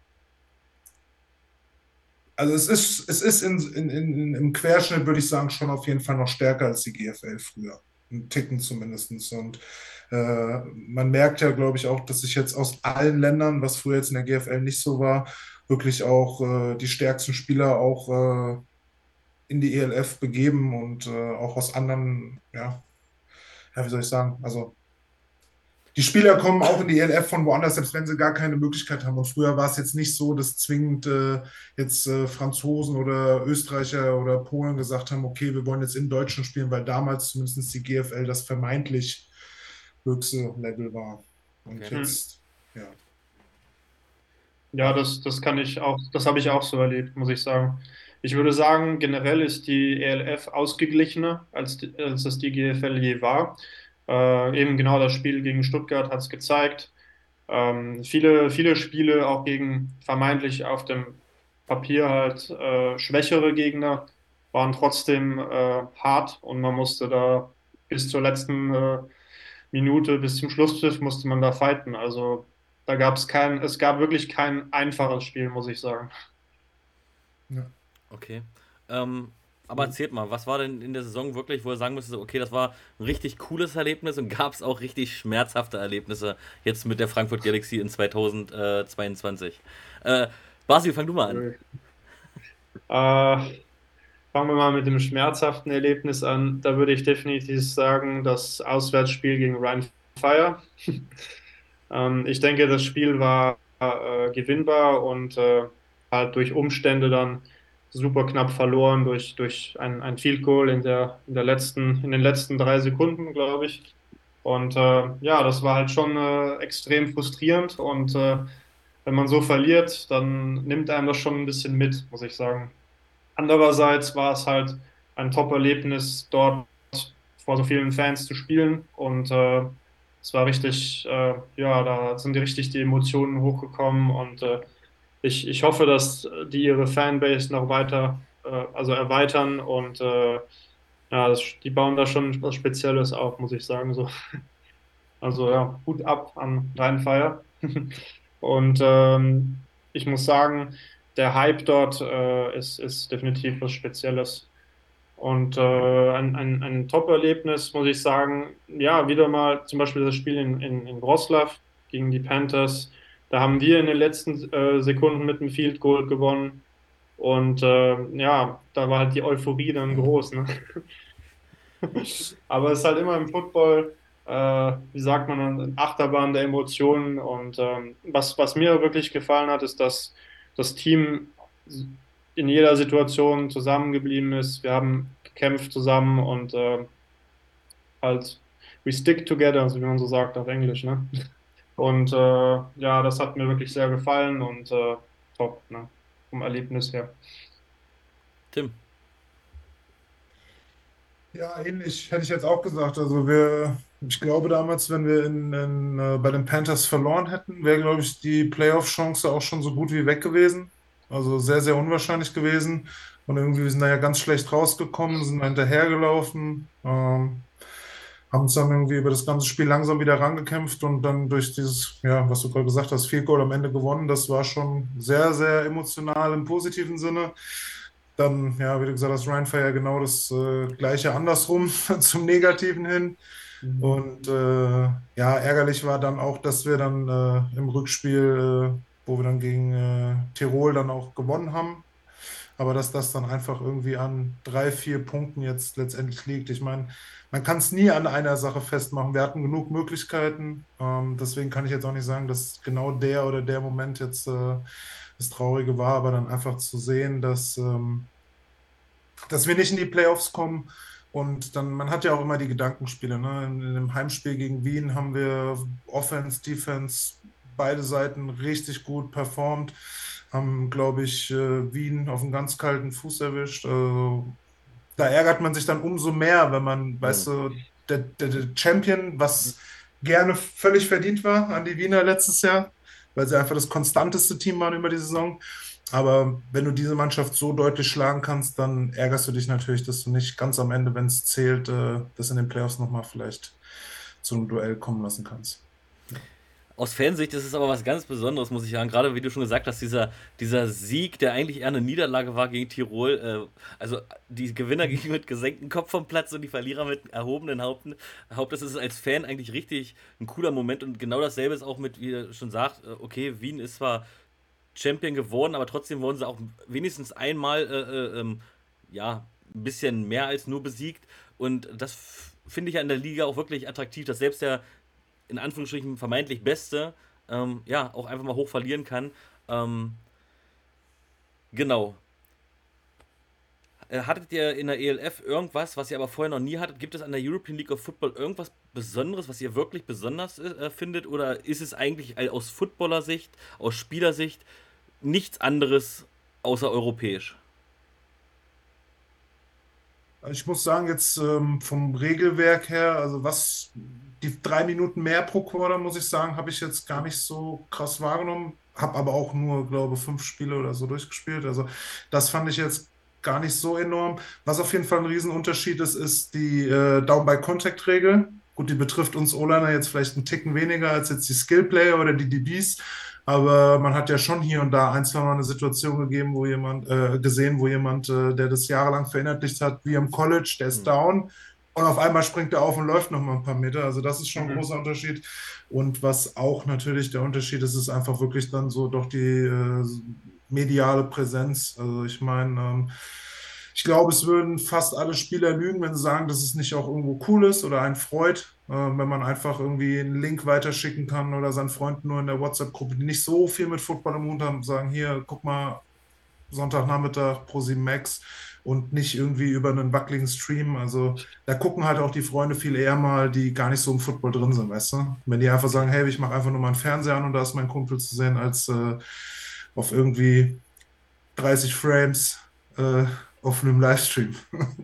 Also es ist im Querschnitt, würde ich sagen, schon auf jeden Fall noch stärker als die GFL früher. Ein Ticken zumindest. Und man merkt ja, glaube ich, auch, dass sich jetzt aus allen Ländern, was früher jetzt in der GFL nicht so war, wirklich auch die stärksten Spieler auch in die ELF begeben und auch aus anderen, ja, wie soll ich sagen, also die Spieler kommen auch in die ELF von woanders, selbst wenn sie gar keine Möglichkeit haben. Und früher war es jetzt nicht so, dass zwingend jetzt Franzosen oder Österreicher oder Polen gesagt haben, okay, wir wollen jetzt in Deutschland spielen, weil damals zumindest die GFL das vermeintlich höchste Level war. Und Okay. Hm. jetzt, ja. Ja, das kann ich auch, das habe ich auch so erlebt, muss ich sagen. Ich würde sagen, generell ist die ELF ausgeglichener, als es die GFL je war. Eben genau das Spiel gegen Stuttgart hat es gezeigt. Viele Spiele auch gegen vermeintlich auf dem Papier halt schwächere Gegner waren trotzdem hart und man musste da bis zur letzten Minute, bis zum Schlusspfiff musste man da fighten. Also es gab wirklich kein einfaches Spiel, muss ich sagen. Ja. Okay. Aber erzählt mal, was war denn in der Saison wirklich, wo ihr sagen müsstet, okay, das war ein richtig cooles Erlebnis und gab es auch richtig schmerzhafte Erlebnisse jetzt mit der Frankfurt Galaxy in 2022? Basil, fang du mal an. Fangen wir mal mit dem schmerzhaften Erlebnis an. Da würde ich definitiv sagen, das Auswärtsspiel gegen Rhein Fire. Ich denke, das Spiel war gewinnbar und halt durch Umstände dann super knapp verloren, durch ein Field Goal in den letzten 3 Sekunden, glaube ich. Und ja, das war halt schon extrem frustrierend. Und wenn man so verliert, dann nimmt einem das schon ein bisschen mit, muss ich sagen. Andererseits war es halt ein Top-Erlebnis, dort vor so vielen Fans zu spielen. Und es war richtig, ja, da sind richtig die Emotionen hochgekommen. Und ich hoffe, dass die ihre Fanbase noch weiter, also erweitern. Und ja, die bauen da schon was Spezielles auf, muss ich sagen. So. Also ja, Hut ab an Rhein-Fire. Und ich muss sagen, der Hype dort ist definitiv was Spezielles. Und ein Top-Erlebnis, muss ich sagen, ja, wieder mal zum Beispiel das Spiel in Wroclaw gegen die Panthers. Da haben wir in den letzten Sekunden mit einem Field Goal gewonnen. Und ja, da war halt die Euphorie dann groß, ne? Aber es ist halt immer im Football, wie sagt man, eine Achterbahn der Emotionen. Und was mir wirklich gefallen hat, ist, dass das Team in jeder Situation zusammengeblieben ist. Wir haben gekämpft zusammen und halt, we stick together, also wie man so sagt auf Englisch, ne? Und ja, das hat mir wirklich sehr gefallen und top, ne? Vom Erlebnis her. Tim. Ja, ähnlich hätte ich jetzt auch gesagt. Ich glaube damals, wenn wir bei den Panthers verloren hätten, wäre, glaube ich, die Playoff-Chance auch schon so gut wie weg gewesen. Also sehr, sehr unwahrscheinlich gewesen. Und irgendwie wir sind da ja ganz schlecht rausgekommen, sind da hinterhergelaufen, haben uns dann irgendwie über das ganze Spiel langsam wieder rangekämpft und dann durch dieses, ja, was du gerade gesagt hast, Field Goal am Ende gewonnen. Das war schon sehr, sehr emotional im positiven Sinne. Dann, ja, wie du gesagt hast, Ryan Fire genau das Gleiche andersrum zum Negativen hin. Mhm. Und ja, ärgerlich war dann auch, dass wir dann im Rückspiel, wo wir dann gegen Tirol dann auch gewonnen haben, aber dass das dann einfach irgendwie an 3, 4 Punkten jetzt letztendlich liegt. Ich meine, man kann es nie an einer Sache festmachen. Wir hatten genug Möglichkeiten. Deswegen kann ich jetzt auch nicht sagen, dass genau der oder der Moment jetzt das Traurige war, aber dann einfach zu sehen, dass wir nicht in die Playoffs kommen. Und dann, man hat ja auch immer die Gedankenspiele. Ne? In dem Heimspiel gegen Wien haben wir Offense, Defense, beide Seiten richtig gut performt, haben, glaube ich, Wien auf einen ganz kalten Fuß erwischt. Also, da ärgert man sich dann umso mehr, wenn man, weißt Hm. du, der Champion, was gerne völlig verdient war an die Wiener letztes Jahr, weil sie einfach das konstanteste Team waren über die Saison. Aber wenn du diese Mannschaft so deutlich schlagen kannst, dann ärgerst du dich natürlich, dass du nicht ganz am Ende, wenn es zählt, das in den Playoffs nochmal vielleicht zu einem Duell kommen lassen kannst. Ja. Aus Fansicht ist es aber was ganz Besonderes, muss ich sagen. Gerade wie du schon gesagt hast, dieser Sieg, der eigentlich eher eine Niederlage war gegen Tirol. Also die Gewinner gingen mit gesenktem Kopf vom Platz und die Verlierer mit erhobenen Hauptes. Ist es als Fan eigentlich richtig ein cooler Moment. Und genau dasselbe ist auch mit, wie ihr schon sagt, okay, Wien ist zwar Champion geworden, aber trotzdem wurden sie auch wenigstens einmal ja, ein bisschen mehr als nur besiegt. Und das finde ich ja in der Liga auch wirklich attraktiv, dass selbst der in Anführungsstrichen vermeintlich Beste ja auch einfach mal hoch verlieren kann. Ähm, genau. Hattet ihr in der ELF irgendwas, was ihr aber vorher noch nie hattet? Gibt es an der European League of Football irgendwas Besonderes, was ihr wirklich besonders findet? Oder ist es eigentlich aus Footballersicht, aus Spielersicht nichts anderes außer europäisch? Also ich muss sagen, jetzt vom Regelwerk her, also was die 3 Minuten mehr pro Quarter, muss ich sagen, habe ich jetzt gar nicht so krass wahrgenommen. Habe aber auch nur, glaube ich, 5 Spiele oder so durchgespielt. Also das fand ich jetzt gar nicht so enorm. Was auf jeden Fall ein Riesenunterschied ist, ist die Down-by-Contact-Regel. Gut, die betrifft uns O-Liner jetzt vielleicht einen Ticken weniger als jetzt die Skill-Player oder die DBs. Aber man hat ja schon hier und da ein, zwei Mal eine Situation gesehen, wo jemand, der das jahrelang verinnerlicht hat, wie im College, der ist Hm. down und auf einmal springt er auf und läuft noch mal ein paar Meter. Also das ist schon ein Mhm. großer Unterschied. Und was auch natürlich der Unterschied ist, ist einfach wirklich dann so doch die mediale Präsenz. Also ich meine, ich glaube, es würden fast alle Spieler lügen, wenn sie sagen, dass es nicht auch irgendwo cool ist oder einen freut, wenn man einfach irgendwie einen Link weiterschicken kann oder seinen Freunden nur in der WhatsApp-Gruppe, die nicht so viel mit Football im Hut haben, sagen, hier, guck mal, Sonntagnachmittag ProSieben Max und nicht irgendwie über einen wackeligen Stream. Also da gucken halt auch die Freunde viel eher mal, die gar nicht so im Football drin sind, weißt du? Wenn die einfach sagen, hey, ich mache einfach nur meinen Fernseher an und da ist mein Kumpel zu sehen, als auf irgendwie 30 Frames äh, auf einem Livestream.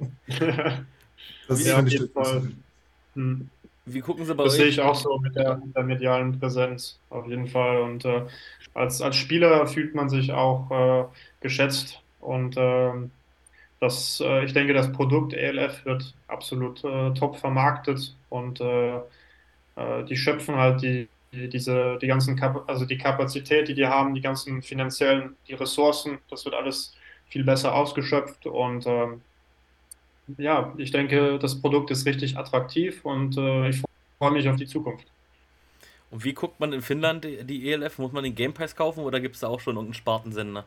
Das Wie, Ja, auf finde ich der jeden größte Fall. Unterschied. Hm. wie gucken sie bei Das sehe euch? ich auch so mit der medialen Präsenz, auf jeden Fall. Und als Spieler fühlt man sich auch geschätzt. Und ich denke, das Produkt ELF wird absolut top vermarktet. Und die schöpfen halt die ganzen also die Kapazität, die die haben, die ganzen finanziellen, die Ressourcen, das wird alles viel besser ausgeschöpft. Und ja, ich denke, das Produkt ist richtig attraktiv und ich freue mich auf die Zukunft. Und wie guckt man in Finnland die ELF? Muss man den Game Pass kaufen oder gibt es da auch schon irgendeinen Spartensender?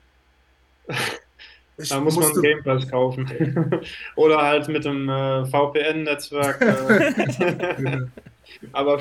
Da Ich muss man einen musste, Game Pass kaufen. Oder halt mit dem VPN-Netzwerk. Aber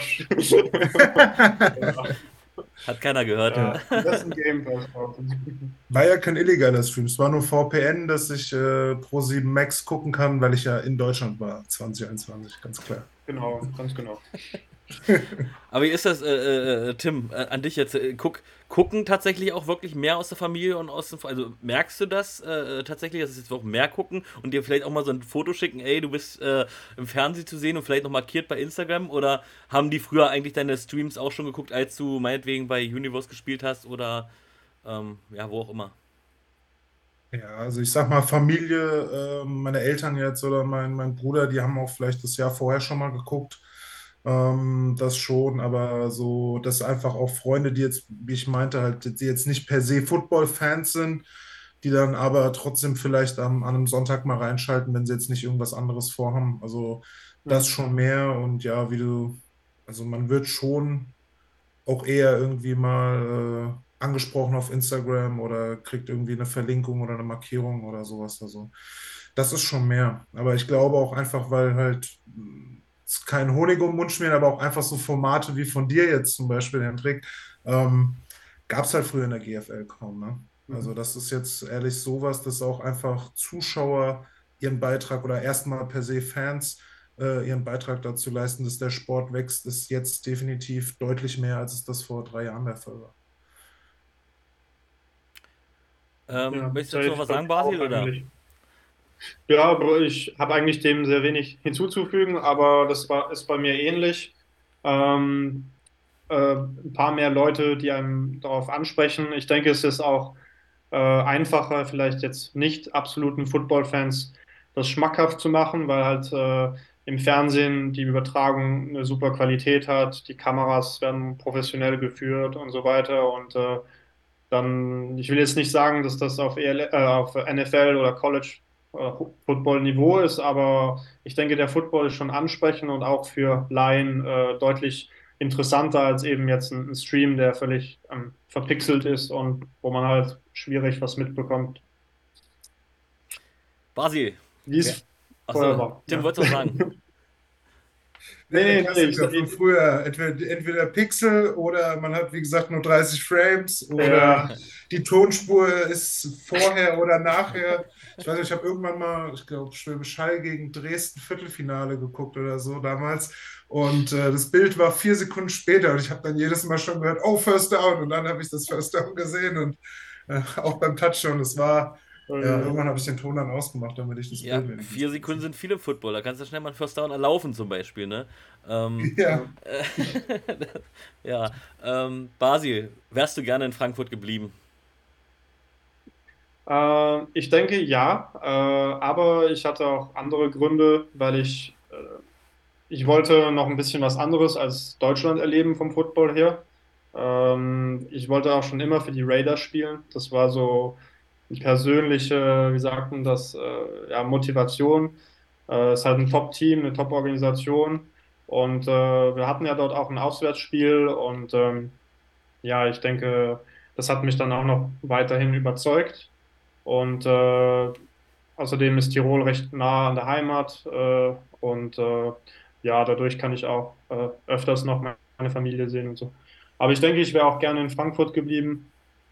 ja, Hat keiner gehört. ja, am besten Game Pass kaufen. war ja kein illegaler Stream, es war nur VPN, dass ich ProSieben Max gucken kann, weil ich ja in Deutschland war, 2021, ganz klar. Genau, ganz genau. Aber wie ist das, Tim, an dich jetzt? Gucken tatsächlich auch wirklich mehr aus der Familie und aus dem. Also merkst du das tatsächlich, dass es jetzt auch mehr gucken und dir vielleicht auch mal so ein Foto schicken, ey, du bist im Fernsehen zu sehen und vielleicht noch markiert bei Instagram? Oder haben die früher eigentlich deine Streams auch schon geguckt, als du meinetwegen bei Universe gespielt hast oder ja, wo auch immer? Ja, also ich sag mal, Familie, meine Eltern jetzt oder mein Bruder, die haben auch vielleicht das Jahr vorher schon mal geguckt. Das schon, aber so, das einfach auch Freunde, die jetzt, wie ich meinte, halt, die jetzt nicht per se Football-Fans sind, die dann aber trotzdem vielleicht an einem Sonntag mal reinschalten, wenn sie jetzt nicht irgendwas anderes vorhaben. Also das Hm. schon mehr und ja, also man wird schon auch eher irgendwie mal angesprochen auf Instagram oder kriegt irgendwie eine Verlinkung oder eine Markierung oder sowas. Also das ist schon mehr. Aber ich glaube auch einfach, weil halt es kein Honig um den Mund schmieren, aber auch einfach so Formate wie von dir jetzt zum Beispiel, Hendrik, gab es halt früher in der GFL kaum, ne? Also Mhm. das ist jetzt ehrlich sowas, dass auch einfach Zuschauer ihren Beitrag oder erstmal per se Fans ihren Beitrag dazu leisten, dass der Sport wächst, ist jetzt definitiv deutlich mehr, als es das vor 3 Jahren der Fall war. Ja, Möchtest du dazu noch safe was bei sagen, mir auch Basil, oder? eigentlich. Ja, aber ich habe eigentlich dem sehr wenig hinzuzufügen, aber ist bei mir ähnlich. Ähm, ein paar mehr Leute, die einem darauf ansprechen. Ich denke, es ist auch einfacher, vielleicht jetzt nicht absoluten Football-Fans das schmackhaft zu machen, weil halt im Fernsehen die Übertragung eine super Qualität hat, die Kameras werden professionell geführt und so weiter. Und dann, ich will jetzt nicht sagen, dass das auf NFL oder College Football-Niveau ist, aber ich denke, der Football ist schon ansprechend und auch für Laien deutlich interessanter als eben jetzt ein Stream, der völlig verpixelt ist und wo man halt schwierig was mitbekommt, Basil, wie wer. es vorher Achso, war. Tim, Ja. wolltest du was sagen? Der Nee, nee, Klassiker von früher, entweder Pixel oder man hat, wie gesagt, nur 30 Frames oder ja, die Tonspur ist vorher oder nachher. Ich weiß nicht, ich habe irgendwann mal, ich glaube, Schwäbisch Hall gegen Dresden Viertelfinale geguckt oder so damals. Und das Bild war 4 Sekunden später und ich habe dann jedes Mal schon gehört, oh, First Down. Und dann habe ich das First Down gesehen und auch beim Touchdown. Ja, irgendwann habe ich den Ton dann ausgemacht, damit ich das Ja, Bild wenigstens 4 Sekunden sehe. sind viele im Football. Da kannst du schnell mal einen First Down erlaufen, zum Beispiel, ne? Ähm, Ja. ja, Basil, wärst du gerne in Frankfurt geblieben? Ich denke ja, aber ich hatte auch andere Gründe, weil ich wollte noch ein bisschen was anderes als Deutschland erleben vom Football her. Ich wollte auch schon immer für die Raiders spielen. Das war so eine persönliche, wie sagt man das, ja, Motivation. Es ist halt ein Top-Team, eine Top-Organisation. Und wir hatten ja dort auch ein Auswärtsspiel. Und ja, ich denke, das hat mich dann auch noch weiterhin überzeugt. Und außerdem ist Tirol recht nah an der Heimat. Und ja, dadurch kann ich auch öfters noch meine Familie sehen und so. Aber ich denke, ich wäre auch gerne in Frankfurt geblieben.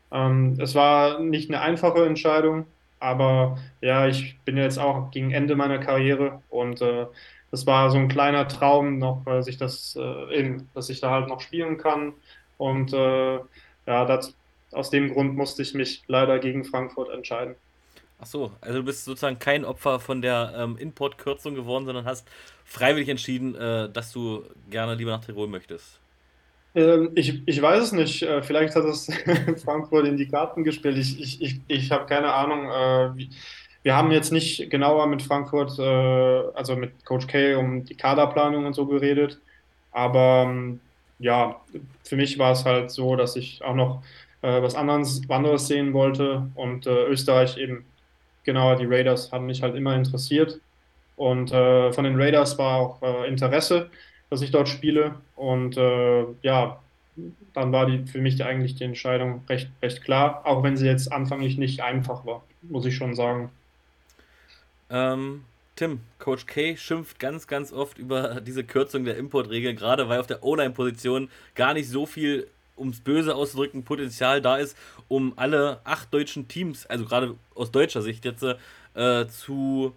Es war nicht eine einfache Entscheidung, aber ja, ich bin jetzt auch gegen Ende meiner Karriere und das war so ein kleiner Traum noch, dass ich da halt noch spielen kann. Und ja, aus dem Grund musste ich mich leider gegen Frankfurt entscheiden. Ach so, also du bist sozusagen kein Opfer von der Importkürzung geworden, sondern hast freiwillig entschieden, dass du gerne lieber nach Tirol möchtest. Ich weiß es nicht. Vielleicht hat es Frankfurt in die Karten gespielt. Ich habe keine Ahnung. Wir haben jetzt nicht genauer mit Frankfurt, also mit Coach K, um die Kaderplanung und so geredet. Aber ja, für mich war es halt so, dass ich auch noch anderes sehen wollte. Und Österreich eben, genau, die Raiders haben mich halt immer interessiert. Und von den Raiders war auch Interesse, dass ich dort spiele. Und ja, dann war für mich eigentlich die Entscheidung recht klar, auch wenn sie jetzt anfanglich nicht einfach war, muss ich schon sagen. Ähm, Tim, Coach K schimpft ganz, ganz oft über diese Kürzung der Importregeln, gerade weil auf der O-Line-Position gar nicht so viel, ums Böse auszudrücken, Potenzial da ist, um alle 8 deutschen Teams, also gerade aus deutscher Sicht jetzt, zu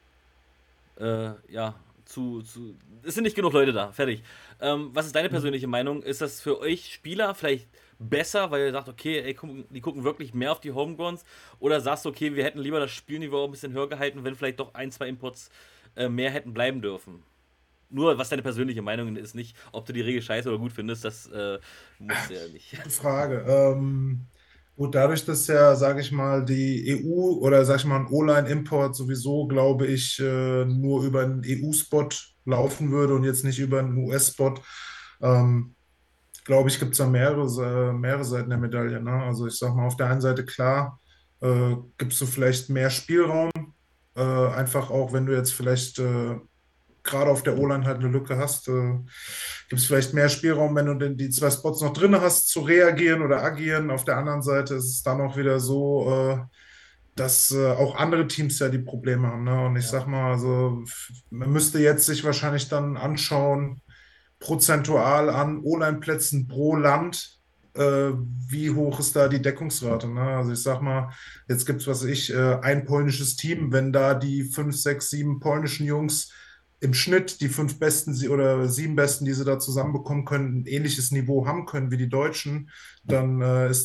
ja, es sind nicht genug Leute da. Fertig. Was ist deine persönliche Meinung? Ist das für euch Spieler vielleicht besser, weil ihr sagt, okay, ey, die gucken wirklich mehr auf die Homegrowns? Oder sagst du, okay, wir hätten lieber das Spielniveau auch ein bisschen höher gehalten, wenn vielleicht doch ein, zwei Imports mehr hätten bleiben dürfen? Nur, was deine persönliche Meinung ist, nicht, ob du die Regel scheiße oder gut findest, das musst du ja nicht. Gute Frage. Gut, dadurch, dass ja, sage ich mal, die EU oder sage ich mal, ein O-Line-Import sowieso, glaube ich, nur über einen EU-Spot laufen würde und jetzt nicht über einen US-Spot, ähm, glaube ich, gibt es da mehrere Seiten der Medaille. Ne? Also ich sage mal, auf der einen Seite klar, gibst du vielleicht mehr Spielraum, einfach auch, wenn du jetzt vielleicht gerade auf der O-Line halt eine Lücke hast, gibt es vielleicht mehr Spielraum, wenn du denn die zwei Spots noch drin hast, zu reagieren oder agieren. Auf der anderen Seite ist es dann auch wieder so, dass auch andere Teams ja die Probleme haben. Ne? Und ich Ja. sag mal, also man müsste jetzt sich wahrscheinlich dann anschauen, prozentual an O-Line-Plätzen pro Land, wie hoch ist da die Deckungsrate. Ne? Also ich sag mal, jetzt gibt es, was weiß ich, ein polnisches Team, wenn da die 5, 6, 7 polnischen Jungs im Schnitt die 5 besten oder 7 besten, die sie da zusammenbekommen können, ein ähnliches Niveau haben können wie die Deutschen, dann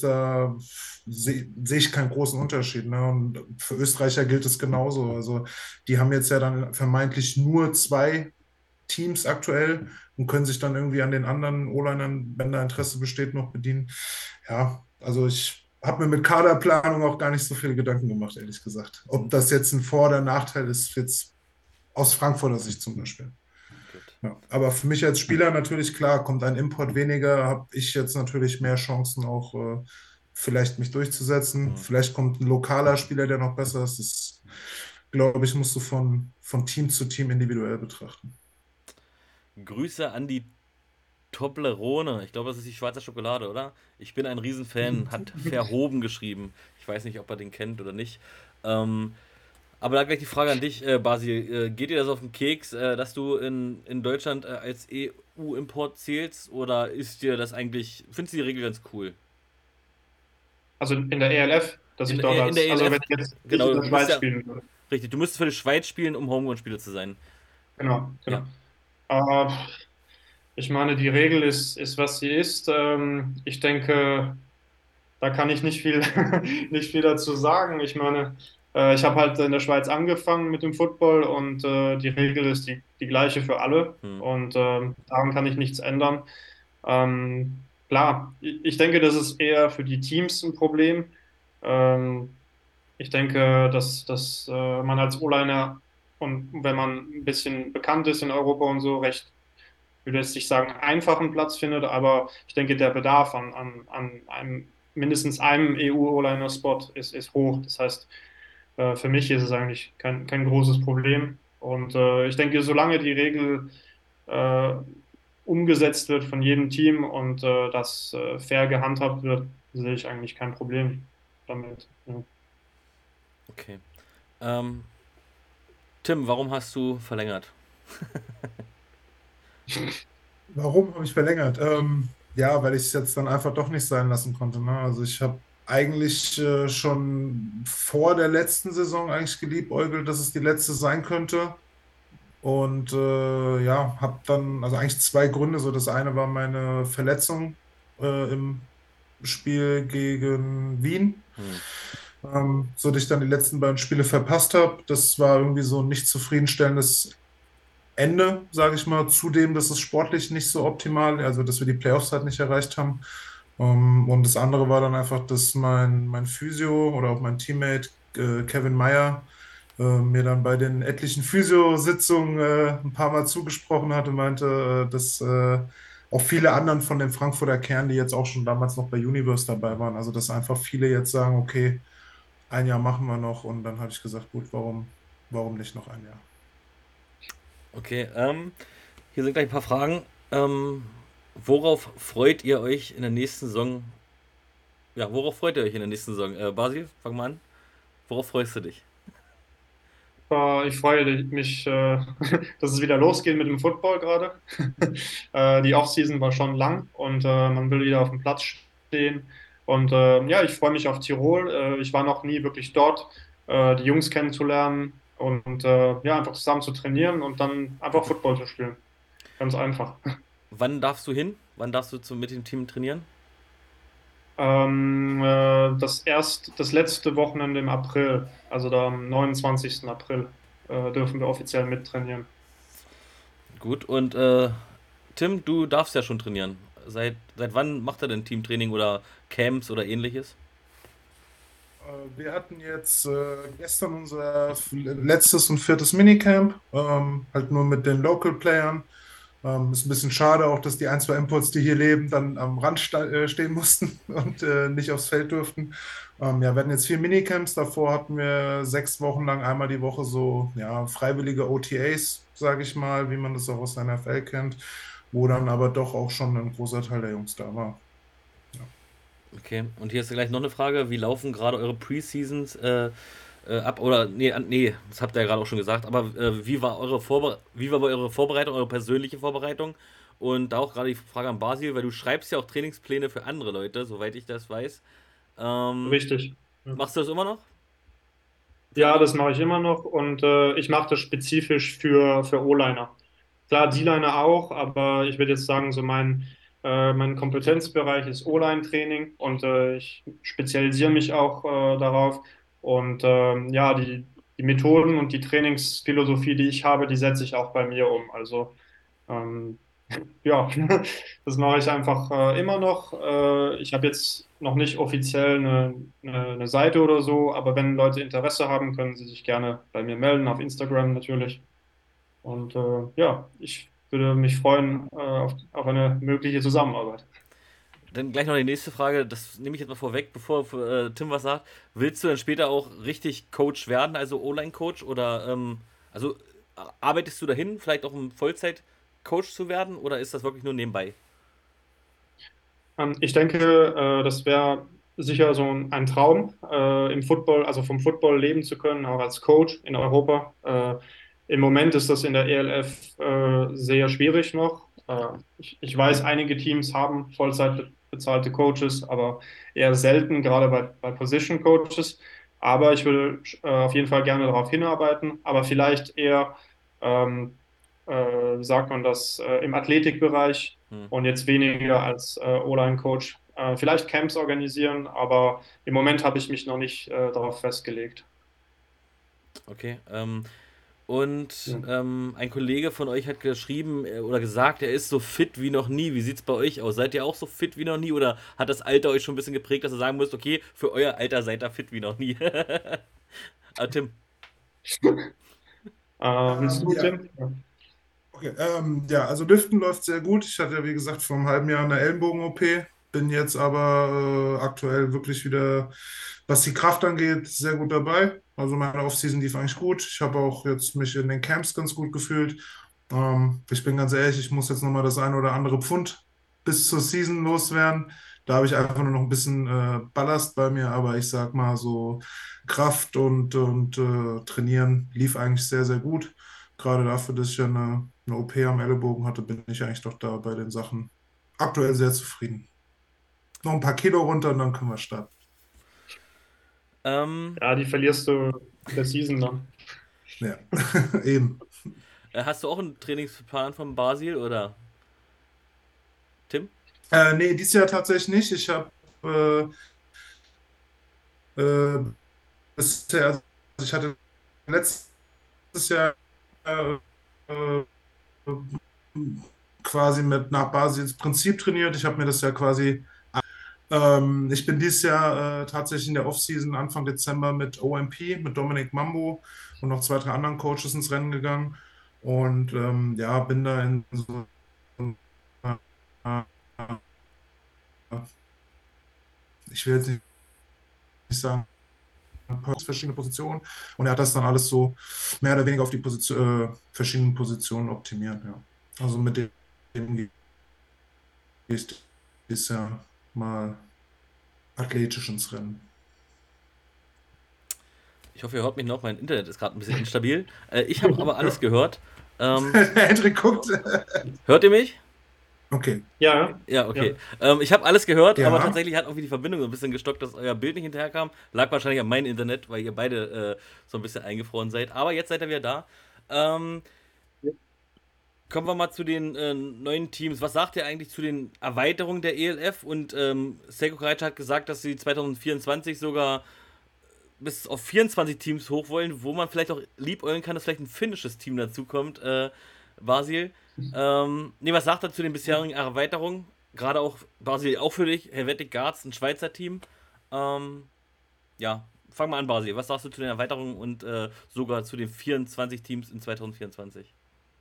sehe ich keinen großen Unterschied. Ne? Und für Österreicher gilt es genauso. Also die haben jetzt ja dann vermeintlich nur 2 Teams aktuell und können sich dann irgendwie an den anderen O-Linern, wenn da Interesse besteht, noch bedienen. Ja, also ich habe mir mit Kaderplanung auch gar nicht so viele Gedanken gemacht, ehrlich gesagt. Ob das jetzt ein Vor- oder Nachteil ist, jetzt aus Frankfurter Sicht zum Beispiel. Gut. Ja, aber für mich als Spieler natürlich klar, kommt ein Import weniger, habe ich jetzt natürlich mehr Chancen auch vielleicht mich durchzusetzen. Hm. Vielleicht kommt ein lokaler Spieler, der noch besser ist. Das, glaube ich, musst du von Team zu Team individuell betrachten. Grüße an die Toblerone. Ich glaube, das ist die Schweizer Schokolade, oder? Ich bin ein Riesenfan, hat Verhoben geschrieben. Ich weiß nicht, ob er den kennt oder nicht. Ähm, aber da gleich die Frage an dich, Basil. Geht dir das auf den Keks, dass du in Deutschland als EU-Import zählst? Oder ist dir das eigentlich, findest du die Regel ganz cool? Also in der ELF, dass ich dort In der also wenn ELF, ich jetzt nicht genau, in der du musst Schweiz ja, spielen würde. richtig, du müsstest für die Schweiz spielen, um Homegrown-Spieler zu sein. Genau, Ja. genau. Äh, Ich meine, die Regel ist, was sie ist. Ich denke, da kann ich nicht viel, nicht viel dazu sagen. Ich meine, ich habe halt in der Schweiz angefangen mit dem Football und die Regel ist die gleiche für alle Hm. und daran kann ich nichts ändern. Klar, ich denke, das ist eher für die Teams ein Problem. Ähm, Ich denke, dass man als O-Liner und wenn man ein bisschen bekannt ist in Europa und so, ich würde jetzt nicht sagen, einfachen Platz findet, aber ich denke, der Bedarf an mindestens einem EU-O-Liner-Spot ist hoch. Das heißt, für mich ist es eigentlich kein großes Problem. Und ich denke, solange die Regel äh, umgesetzt wird von jedem Team und das fair gehandhabt wird, sehe ich eigentlich kein Problem damit. Ja. Okay. Ähm, Tim, warum hast du verlängert? Warum habe ich verlängert? Ja, weil ich es jetzt dann einfach doch nicht sein lassen konnte. Ne? Also ich habe eigentlich schon vor der letzten Saison eigentlich geliebäugelt, dass es die letzte sein könnte. Und ja, habe dann, also eigentlich zwei Gründe. So, das eine war meine Verletzung im Spiel gegen Wien, Hm. so dass ich dann die letzten beiden Spiele verpasst habe. Das war irgendwie so ein nicht zufriedenstellendes Ende, sage ich mal. Zudem, dass es sportlich nicht so optimal, also dass wir die Playoffs halt nicht erreicht haben. Und das andere war dann einfach, dass mein Physio oder auch mein Teammate Kevin Meyer mir dann bei den etlichen Physio-Sitzungen ein paar Mal zugesprochen hat und meinte, dass auch viele anderen von dem Frankfurter Kern, die jetzt auch schon damals noch bei Universe dabei waren, also dass einfach viele jetzt sagen, okay, ein Jahr machen wir noch. Und dann habe ich gesagt, gut, warum nicht noch ein Jahr? Okay, hier sind gleich ein paar Fragen. Ähm, worauf freut ihr euch in der nächsten Saison? Ja, worauf freut ihr euch in der nächsten Saison? Basil, fang mal an. Worauf freust du dich? Ich freue mich, dass es wieder losgeht mit dem Football gerade. Die Offseason war schon lang und man will wieder auf dem Platz stehen. Und ja, ich freue mich auf Tirol. Ich war noch nie wirklich dort, die Jungs kennenzulernen und ja, einfach zusammen zu trainieren und dann einfach Football zu spielen. Ganz einfach. Wann darfst du hin? Wann darfst du mit dem Team trainieren? Das letzte Wochenende im April, also da am 29. April, dürfen wir offiziell mittrainieren. Gut, und Tim, du darfst ja schon trainieren. Seit wann macht er denn Teamtraining oder Camps oder ähnliches? Wir hatten jetzt gestern unser letztes und viertes Minicamp, halt nur mit den Local Playern. Ist ein bisschen schade auch, dass die ein, zwei Imports, die hier leben, dann am Rand stehen mussten und nicht aufs Feld durften. Ja, wir hatten jetzt vier Minicamps. Davor hatten wir 6 Wochen lang einmal die Woche so ja, freiwillige OTAs, sage ich mal, wie man das auch aus der NFL kennt, wo dann aber doch auch schon ein großer Teil der Jungs da war. Ja. Okay, und hier ist gleich noch eine Frage. Wie laufen gerade eure Preseasons ab? Oder, nee, nee, das habt ihr ja gerade auch schon gesagt, aber wie war eure Vorbereitung, eure persönliche Vorbereitung? Und da auch gerade die Frage an Basil, weil du schreibst ja auch Trainingspläne für andere Leute, soweit ich das weiß. Ähm, Richtig. machst du das immer noch? Für Ja, andere? das mache ich immer noch und ich mache das spezifisch für O-Liner. Klar, D-Liner auch, aber ich würde jetzt sagen, so mein Kompetenzbereich ist O-Line-Training und ich spezialisiere mich auch darauf. Und ja, die Methoden und die Trainingsphilosophie, die ich habe, die setze ich auch bei mir um. Also ähm, ja, das mache ich einfach immer noch. Ich habe jetzt noch nicht offiziell eine Seite oder so, aber wenn Leute Interesse haben, können sie sich gerne bei mir melden, auf Instagram natürlich. Und ja, ich würde mich freuen auf eine mögliche Zusammenarbeit. Dann gleich noch die nächste Frage, das nehme ich jetzt mal vorweg, bevor Tim was sagt. Willst du dann später auch richtig Coach werden, also O-Line-Coach? Oder also arbeitest du dahin, vielleicht auch um Vollzeit-Coach zu werden? Oder ist das wirklich nur nebenbei? Ich denke, das wäre sicher so ein Traum, im Football, also vom Football leben zu können, auch als Coach in Europa. Im Moment ist das in der ELF sehr schwierig noch. Ich weiß, einige Teams haben Vollzeit bezahlte Coaches, aber eher selten, gerade bei Position Coaches. Aber ich würde auf jeden Fall gerne darauf hinarbeiten, aber vielleicht eher, wie sagt man das, im Athletikbereich Hm, und jetzt weniger als O-Line-Coach. Vielleicht Camps organisieren, aber im Moment habe ich mich noch nicht darauf festgelegt. okay. Und Ja. ein Kollege von euch hat geschrieben oder gesagt, er ist so fit wie noch nie. Wie sieht's bei euch aus? Seid ihr auch so fit wie noch nie? Oder hat das Alter euch schon ein bisschen geprägt, dass ihr sagen müsst, okay, für euer Alter seid ihr fit wie noch nie? Tim. Willst du, Ja, Tim? okay, ja, also Lüften läuft sehr gut. Ich hatte ja, wie gesagt, vor einem halben Jahr eine Ellenbogen-OP, bin jetzt aber aktuell wirklich wieder, was die Kraft angeht, sehr gut dabei. Also meine Offseason lief eigentlich gut. Ich habe auch jetzt mich in den Camps ganz gut gefühlt. Ich bin ganz ehrlich, ich muss jetzt nochmal das eine oder andere Pfund bis zur Season loswerden. Da habe ich einfach nur noch ein bisschen Ballast bei mir, aber ich sag mal so Kraft und Trainieren lief eigentlich sehr, sehr gut. Gerade dafür, dass ich ja eine OP am Ellenbogen hatte, bin ich eigentlich doch da bei den Sachen aktuell sehr zufrieden. Noch ein paar Kilo runter und dann können wir starten. Ähm, Ja, die verlierst du in der Season dann. Ja, eben. Hast du auch einen Trainingsplan von Basil oder Tim? Nee, dieses Jahr tatsächlich nicht. Ich habe bisher, also ich hatte letztes Jahr äh, äh, quasi mit nach Basels Prinzip trainiert. Ich habe mir das ja quasi. Ich bin dieses Jahr tatsächlich in der Offseason Anfang Dezember mit OMP, mit Dominik Mambo und noch zwei, drei anderen Coaches ins Rennen gegangen. Und ja, bin da in so ich will jetzt nicht sagen, verschiedene Positionen. Und er hat das dann alles so mehr oder weniger auf die verschiedenen Positionen optimiert. Ja. Also mit dem gehe ich dieses Jahr mal athletisch ins Rennen. Ich hoffe, ihr hört mich noch. Mein Internet ist gerade ein bisschen instabil. Ich habe aber alles Ja. gehört. Hendrik guckt. Hört ihr mich? Okay. Ja, Ja, ja. okay. Ich habe alles gehört, aber Ja. tatsächlich hat irgendwie die Verbindung so ein bisschen gestockt, dass euer Bild nicht hinterherkam. Lag wahrscheinlich an meinem Internet, weil ihr beide so ein bisschen eingefroren seid. Aber jetzt seid ihr wieder da. Ähm, Kommen wir mal zu den neuen Teams. Was sagt ihr eigentlich zu den Erweiterungen der ELF? Und Seiko Karaca hat gesagt, dass sie 2024 sogar bis auf 24 Teams hoch wollen, wo man vielleicht auch liebäugeln kann, dass vielleicht ein finnisches Team dazukommt, Basil. Nee, was sagt er zu den bisherigen Erweiterungen? Gerade auch, Basil, auch für dich, Helvetic Guards, ein Schweizer Team. Ähm, ja, fang mal an, Basil. Was sagst du zu den Erweiterungen und sogar zu den 24 Teams in 2024?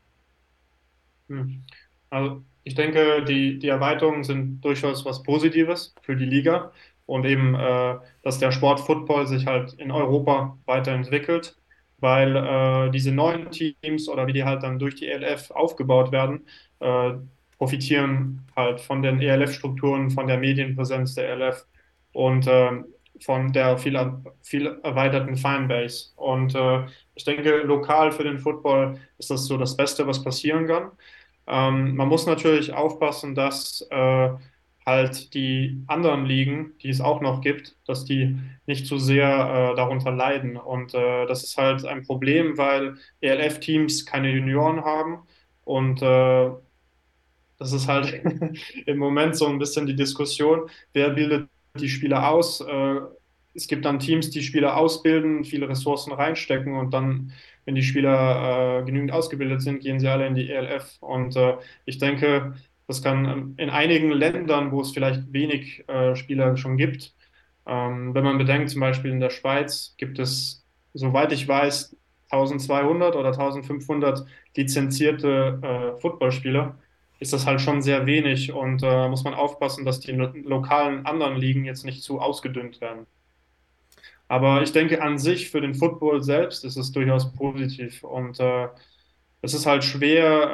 Hm. Also ich denke, die Erweiterungen sind durchaus was Positives für die Liga und eben, dass der Sport Football sich halt in Europa weiterentwickelt, weil diese neuen Teams oder wie die halt dann durch die ELF aufgebaut werden, äh, profitieren halt von den ELF-Strukturen, von der Medienpräsenz der ELF und von der viel erweiterten Fanbase. Und ich denke, lokal für den Football ist das so das Beste, was passieren kann. Man muss natürlich aufpassen, dass halt die anderen Ligen, die es auch noch gibt, dass die nicht zu sehr darunter leiden. Und das ist halt ein Problem, weil ELF-Teams keine Junioren haben. Und das ist halt im Moment so ein bisschen die Diskussion, wer bildet die Spieler aus. Es gibt dann Teams, die Spieler ausbilden, viele Ressourcen reinstecken und dann, wenn die Spieler genügend ausgebildet sind, gehen sie alle in die ELF. Und ich denke, das kann in einigen Ländern, wo es vielleicht wenig Spieler schon gibt, wenn man bedenkt, zum Beispiel in der Schweiz gibt es, soweit ich weiß, 1200 oder 1500 lizenzierte Footballspieler, ist das halt schon sehr wenig und muss man aufpassen, dass die lokalen anderen Ligen jetzt nicht zu ausgedünnt werden. Aber ich denke, an sich für den Football selbst ist es durchaus positiv und es ist halt schwer,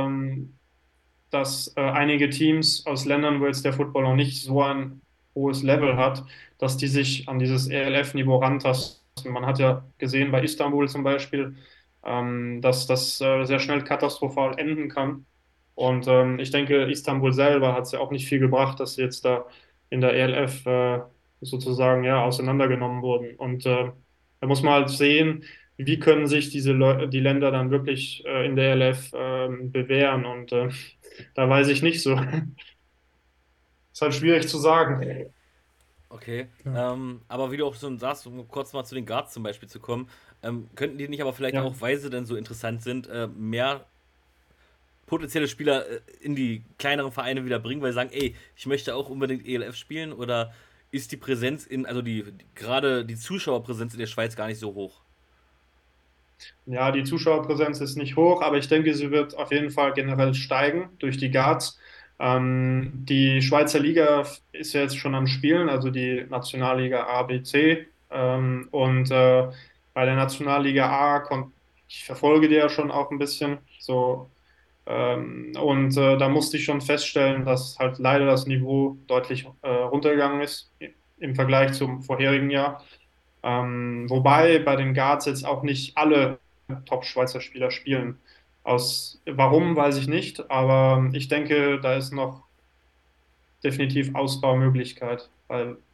dass einige Teams aus Ländern, wo jetzt der Football noch nicht so ein hohes Level hat, dass die sich an dieses ELF-Niveau rantasten. Man hat ja gesehen bei Istanbul zum Beispiel, dass das sehr schnell katastrophal enden kann. Und ich denke, Istanbul selber hat es ja auch nicht viel gebracht, dass sie jetzt da in der ELF sozusagen ja auseinandergenommen wurden. Und da muss man halt sehen, wie können sich die Länder dann wirklich in der ELF bewähren. Und da weiß ich nicht so. Ist halt schwierig zu sagen. Okay. Ja. Aber wie du auch schon sagst, um kurz mal zu den Guards zum Beispiel zu kommen, könnten die nicht aber vielleicht Ja. auch, weil sie denn so interessant sind, mehr potenzielle Spieler in die kleineren Vereine wieder bringen, weil sie sagen, ey, ich möchte auch unbedingt ELF spielen, oder ist die Präsenz also gerade die Zuschauerpräsenz in der Schweiz gar nicht so hoch? Ja, die Zuschauerpräsenz ist nicht hoch, aber ich denke, sie wird auf jeden Fall generell steigen durch die Guards. Die Schweizer Liga ist ja jetzt schon am Spielen, also die Nationalliga A, B, C. Und bei der Nationalliga A kommt, ich verfolge die ja schon auch ein bisschen so. Und da musste ich schon feststellen, dass halt leider das Niveau deutlich runtergegangen ist im Vergleich zum vorherigen Jahr. Wobei bei den Guards jetzt auch nicht alle Top-Schweizer Spieler spielen. Warum, weiß ich nicht, aber ich denke, da ist noch definitiv Ausbaumöglichkeit, weil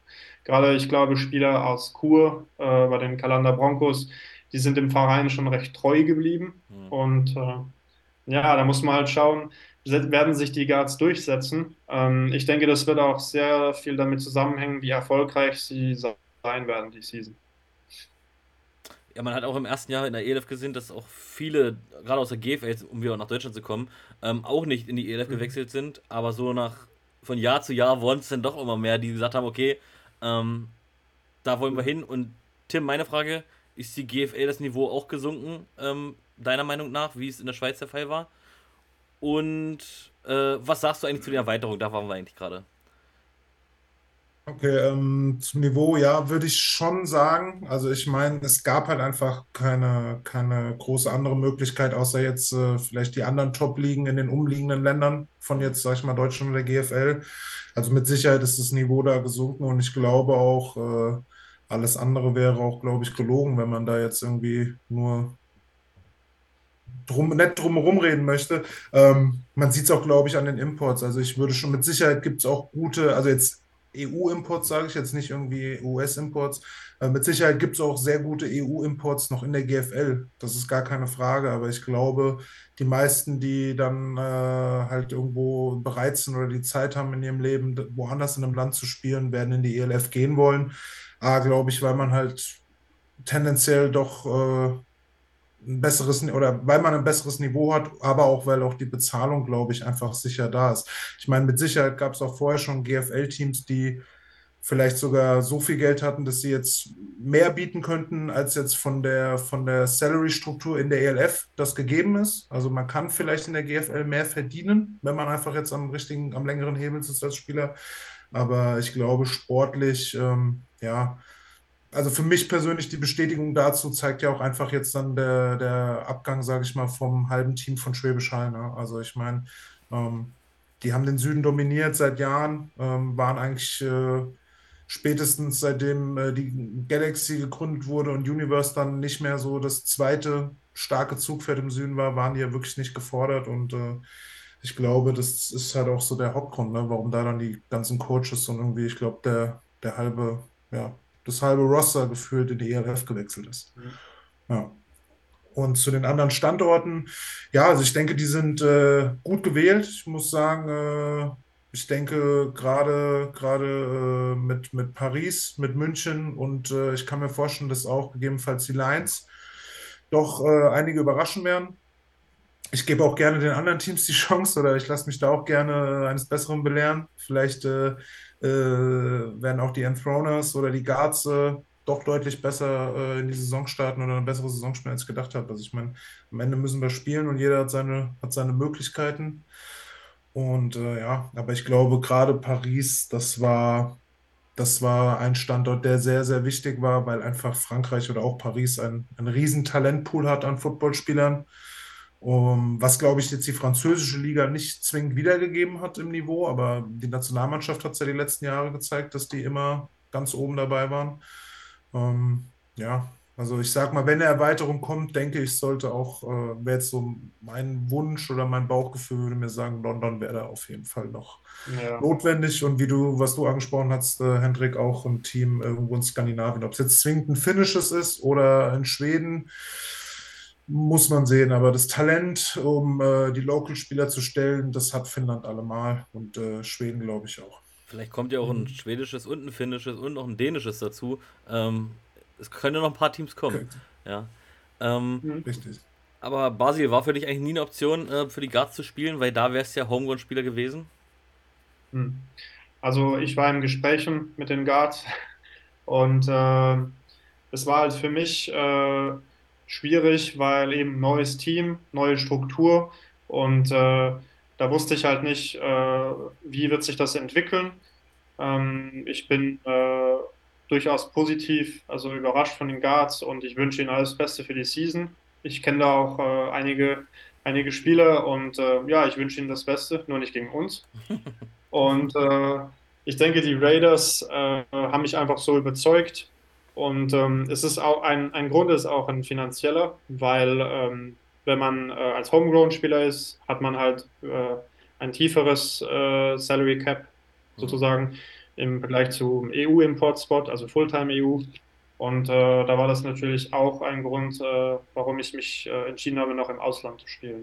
Gerade, ich glaube, Spieler aus Chur bei den Calanda Broncos, die sind dem Verein schon recht treu geblieben. Hm. Und ja, da muss man halt schauen, werden sich die Guards durchsetzen. Ich denke, das wird auch sehr viel damit zusammenhängen, wie erfolgreich sie sein werden, die Season. Ja, man hat auch im ersten Jahr in der ELF gesehen, dass auch viele, gerade aus der GFL, um wieder nach Deutschland zu kommen, auch nicht in die ELF Mhm. gewechselt sind, aber so von Jahr zu Jahr wurden es dann doch immer mehr, die gesagt haben, okay, ähm, da wollen wir hin. Und Tim, meine Frage, ist die GFL das Niveau auch gesunken, deiner Meinung nach, wie es in der Schweiz der Fall war? Und was sagst du eigentlich zu der Erweiterung? Da waren wir eigentlich gerade. Okay, zum Niveau, ja, würde ich schon sagen. Also ich meine, es gab halt einfach keine große andere Möglichkeit, außer jetzt vielleicht die anderen Top-Ligen in den umliegenden Ländern von Hm. jetzt, sag ich mal, Deutschland oder GFL. Also mit Sicherheit ist das Niveau da gesunken und ich glaube auch, alles andere wäre auch, glaube ich, gelogen, wenn man da jetzt irgendwie nur nett drum herum reden möchte. Man sieht es auch, glaube ich, an den Imports. Also ich würde schon, mit Sicherheit gibt es auch gute, also jetzt EU-Imports sage ich jetzt nicht irgendwie US-Imports. Mit Sicherheit gibt es auch sehr gute EU-Imports noch in der GFL. Das ist gar keine Frage. Aber ich glaube, die meisten, die dann halt irgendwo bereit sind oder die Zeit haben in ihrem Leben, woanders in einem Land zu spielen, werden in die ELF gehen wollen. Glaube ich, weil man halt tendenziell doch ein besseres oder weil man ein besseres Niveau hat, aber auch weil auch die Bezahlung, glaube ich, einfach sicher da ist. Ich meine, mit Sicherheit gab es auch vorher schon GFL-Teams, die vielleicht sogar so viel Geld hatten, dass sie jetzt mehr bieten könnten, als jetzt von der Salary-Struktur in der ELF das gegeben ist. Also man kann vielleicht in der GFL mehr verdienen, wenn man einfach jetzt am längeren Hebel sitzt als Spieler. Aber ich glaube, sportlich, ja, also für mich persönlich die Bestätigung dazu zeigt ja auch einfach jetzt dann der Abgang, sage ich mal, vom halben Team von Schwäbisch Hall. Ne? Also ich meine, ähm, die haben den Süden dominiert seit Jahren, waren eigentlich spätestens seitdem die Galaxy gegründet wurde und Universe dann nicht mehr so das zweite starke Zugpferd im Süden war, waren die ja wirklich nicht gefordert und ich glaube, das ist halt auch so der Hauptgrund, ne, warum da dann die ganzen Coaches und irgendwie, ich glaube, der halbe, ja, das halbe Roster gefühlt in die ELF gewechselt ist. Ja. Und zu den anderen Standorten, ja, also ich denke, die sind gut gewählt. Ich muss sagen, ich denke gerade mit Paris, mit München und ich kann mir vorstellen, dass auch gegebenenfalls die Lions doch einige überraschen werden. Ich gebe auch gerne den anderen Teams die Chance oder ich lasse mich da auch gerne eines Besseren belehren. Vielleicht werden auch die Enthroners oder die Guards doch deutlich besser in die Saison starten oder eine bessere Saison spielen, als ich gedacht habe. Also ich meine, am Ende müssen wir spielen und jeder hat seine Möglichkeiten. Und ja, aber ich glaube, gerade Paris, das war ein Standort, der sehr, sehr wichtig war, weil einfach Frankreich oder auch Paris einen riesen Talentpool hat an Footballspielern. Was, glaube ich, jetzt die französische Liga nicht zwingend wiedergegeben hat im Niveau, aber die Nationalmannschaft hat es ja die letzten Jahre gezeigt, dass die immer ganz oben dabei waren. Ja, also ich sag mal, wenn eine Erweiterung kommt, denke ich, sollte auch, wäre jetzt so mein Wunsch oder mein Bauchgefühl würde mir sagen, London wäre da auf jeden Fall noch Ja. notwendig und was du angesprochen hast, Hendrik, auch ein Team irgendwo in Skandinavien. Ob es jetzt zwingend ein finnisches ist oder in Schweden, muss man sehen. Aber das Talent, um die Local-Spieler zu stellen, das hat Finnland allemal und Schweden, glaube ich, auch. Vielleicht kommt ja auch ein Mhm. schwedisches und ein finnisches und noch ein dänisches dazu. Es können ja noch ein paar Teams kommen. Okay, Ja. Ähm, Mhm. richtig. aber Basil war für dich eigentlich nie eine Option, für die Guards zu spielen, weil da wärst du ja Homegrown-Spieler gewesen. Mhm. Also ich war in Gesprächen mit den Guards und es war halt für mich schwierig, weil eben neues Team, neue Struktur und da wusste ich halt nicht, wie wird sich das entwickeln. Ich bin durchaus positiv, also überrascht von den Guards und ich wünsche ihnen alles Beste für die Season. Ich kenne da auch einige Spieler und ja, ich wünsche ihnen das Beste, nur nicht gegen uns. Und ich denke, die Raiders haben mich einfach so überzeugt. Und es ist auch ein Grund ist auch ein finanzieller, weil wenn man als Homegrown-Spieler ist, hat man halt ein tieferes Salary Cap Hm. sozusagen. im Vergleich zum EU-Import-Spot, also Fulltime-EU. Und da war das natürlich auch ein Grund, warum ich mich entschieden habe, noch im Ausland zu spielen.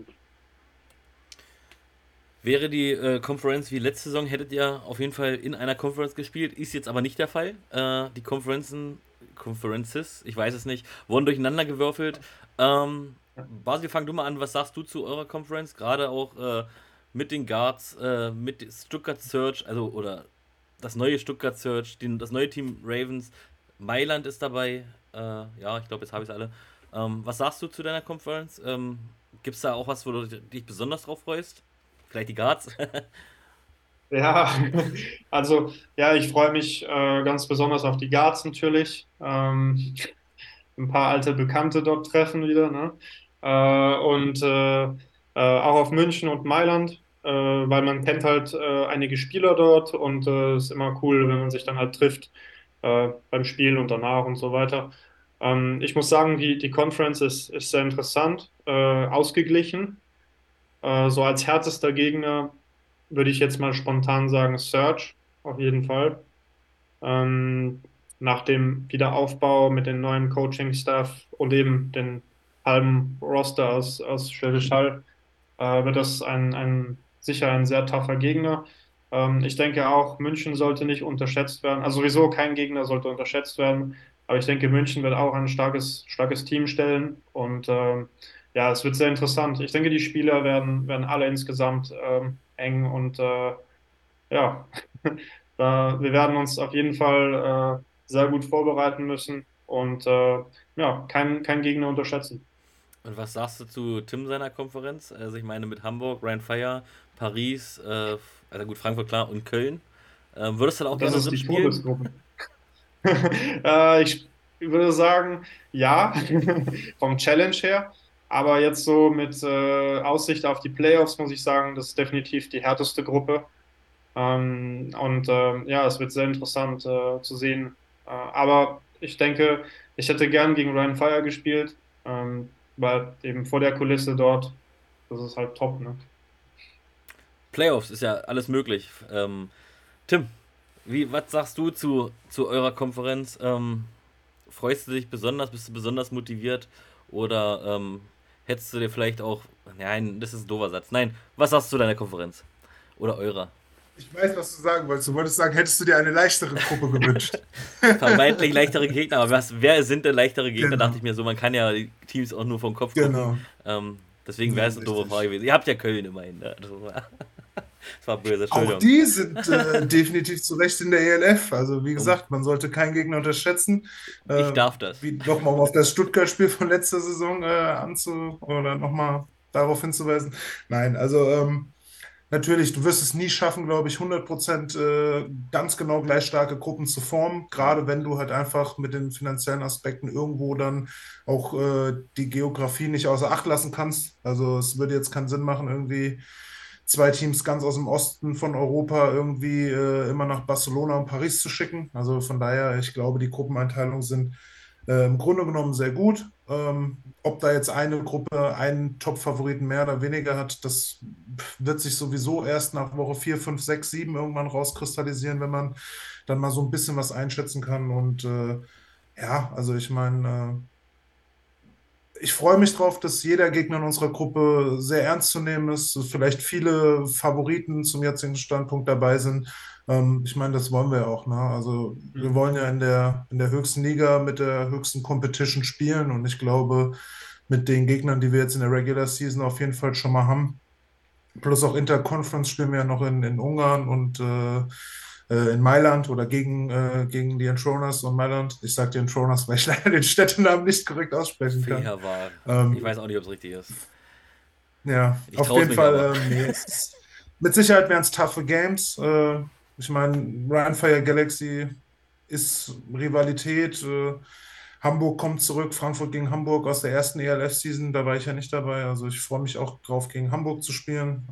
Wäre die Conference wie letzte Saison, hättet ihr auf jeden Fall in einer Conference gespielt, ist jetzt aber nicht der Fall. Die Conferences, ich weiß es nicht, wurden durcheinander gewürfelt. Basil, fang du mal an, was sagst du zu eurer Conference? Gerade auch mit den Guards, mit Stuttgart Search, also oder das neue Stuttgart Search, das neue Team Ravens, Mailand ist dabei. Ja, ich glaube, jetzt habe ich es alle. Was sagst du zu deiner Conference? Gibt es da auch was, wo du dich besonders drauf freust? Vielleicht die Guards? Ja, also ja, ich freue mich ganz besonders auf die Guards natürlich. Ein paar alte Bekannte dort treffen wieder, ne? Und auch auf München und Mailand, weil man kennt halt einige Spieler dort und es ist immer cool, wenn man sich dann halt trifft beim Spiel und danach und so weiter. Ich muss sagen, die Conference ist sehr interessant, ausgeglichen. So als härtester Gegner würde ich jetzt mal spontan sagen Surge, auf jeden Fall. Ähm, Nach dem Wiederaufbau mit dem neuen Coaching-Staff und eben den halben Roster aus Schwäbisch Hall wird das sicher ein sehr tougher Gegner. Ich denke auch, München sollte nicht unterschätzt werden. Also sowieso kein Gegner sollte unterschätzt werden. Aber ich denke, München wird auch ein starkes Team stellen. Und ja, es wird sehr interessant. Ich denke, die Spieler werden alle insgesamt eng und ja, wir werden uns auf jeden Fall sehr gut vorbereiten müssen und ja, kein Gegner unterschätzen. Und was sagst du zu Tim seiner Konferenz? Also ich meine mit Hamburg, Rhein Fire, Paris, also gut, Frankfurt klar und Köln. Würdest du da auch Das gerne ist drin die spielen? Todesgruppe. Ich würde sagen, ja, vom Challenge her. Aber jetzt so mit Aussicht auf die Playoffs muss ich sagen, das ist definitiv die härteste Gruppe. Und ja, es wird sehr interessant zu sehen. Aber ich denke, ich hätte gern gegen Ryan Fire gespielt, weil eben vor der Kulisse dort, das ist halt top, ne? Playoffs ist ja alles möglich. Tim, was sagst du zu eurer Konferenz? Freust du dich besonders? Bist du besonders motiviert? Oder hättest du dir vielleicht auch. Nein, das ist ein doofer Satz. Nein, was sagst du zu deiner Konferenz? Oder eurer? Ich weiß, was du sagen wolltest. Du wolltest sagen, hättest du dir eine leichtere Gruppe gewünscht. Vermeintlich leichtere Gegner, aber wer sind denn leichtere Gegner? Dachte ich Genau, mir so, man kann ja die Teams auch nur vom Kopf gucken. genau. Deswegen wäre Nee, es eine doofe Frage richtig. gewesen. Ihr habt ja Köln immerhin. Ne? Das war böse, Auch Entschuldigung. die sind definitiv zu Recht in der ELF. Also wie Um, gesagt, man sollte keinen Gegner unterschätzen. ich Äh, darf das. Wie nochmal um auf das Stuttgart-Spiel von letzter Saison oder nochmal darauf hinzuweisen. Nein, also natürlich, du wirst es nie schaffen, glaube ich, 100% ganz genau gleich starke Gruppen zu formen, gerade wenn du halt einfach mit den finanziellen Aspekten irgendwo dann auch die Geografie nicht außer Acht lassen kannst. Also es würde jetzt keinen Sinn machen, irgendwie zwei Teams ganz aus dem Osten von Europa irgendwie immer nach Barcelona und Paris zu schicken. Also von daher, ich glaube, die Gruppeneinteilungen sind im Grunde genommen sehr gut. Ob da jetzt eine Gruppe einen Top-Favoriten mehr oder weniger hat, das wird sich sowieso erst nach Woche 4, 5, 6, 7 irgendwann rauskristallisieren, wenn man dann mal so ein bisschen was einschätzen kann. Und ja, also ich meine, ich freue mich drauf, dass jeder Gegner in unserer Gruppe sehr ernst zu nehmen ist, dass vielleicht viele Favoriten zum jetzigen Standpunkt dabei sind. Ich meine, das wollen wir ja auch, ne? Also wir wollen ja in der höchsten Liga mit der höchsten Competition spielen und ich glaube, mit den Gegnern, die wir jetzt in der Regular Season auf jeden Fall schon mal haben, plus auch Interconference spielen wir ja noch in Ungarn und in Mailand oder gegen die Entroners und Mailand. Ich sage die Entroners, weil ich leider den Städtenamen nicht korrekt aussprechen kann. Fair war. Ich weiß Ähm, auch nicht, ob es richtig ist. ja, Ich auf traue es jeden mich aber. Fall, nee, mit Sicherheit wären es toughe Games. Ich meine, Ryan Fire Galaxy ist Rivalität. Hamburg kommt zurück, Frankfurt gegen Hamburg aus der ersten ELF-Season, da war ich ja nicht dabei. Also ich freue mich auch drauf, gegen Hamburg zu spielen.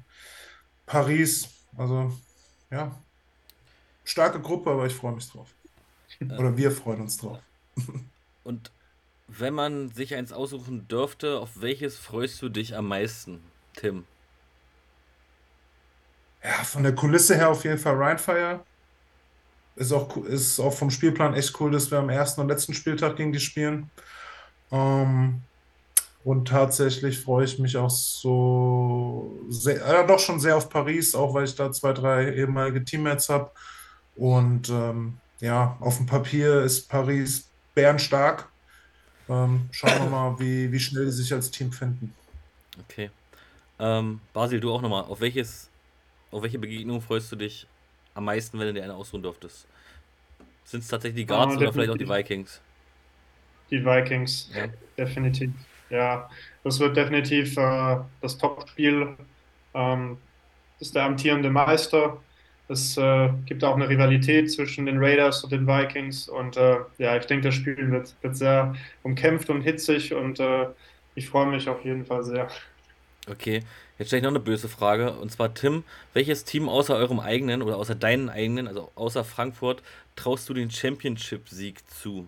Paris, also ja, starke Gruppe, aber ich freue mich drauf. Oder wir freuen uns drauf. Und wenn man sich eins aussuchen dürfte, auf welches freust du dich am meisten, Tim? Ja, von der Kulisse her auf jeden Fall Rheinfire. ist auch vom Spielplan echt cool, dass wir am ersten und letzten Spieltag gegen die spielen. Ähm, und tatsächlich freue ich mich auch so sehr, doch schon sehr auf Paris, auch weil ich da zwei, drei ehemalige Teammates habe. Und ja, auf dem Papier ist Paris bärenstark. Schauen wir mal, wie schnell die sich als Team finden. Okay. Basil, du auch nochmal. Auf welche Begegnung freust du dich am meisten, wenn du dir eine ausruhen dürftest? Sind es tatsächlich die Guards oder vielleicht auch die Definitiv Vikings? die Vikings, Ja. definitiv. Ja, das wird definitiv das Top-Spiel. Ähm, Das ist der amtierende Meister. Es gibt auch eine Rivalität zwischen den Raiders und den Vikings. Und ja, ich denke, das Spiel wird sehr umkämpft und hitzig und ich freue mich auf jeden Fall sehr. Okay, jetzt stelle ich noch eine böse Frage. Und zwar, Tim, welches Team außer eurem eigenen oder außer deinen eigenen, also außer Frankfurt, traust du den Championship-Sieg zu?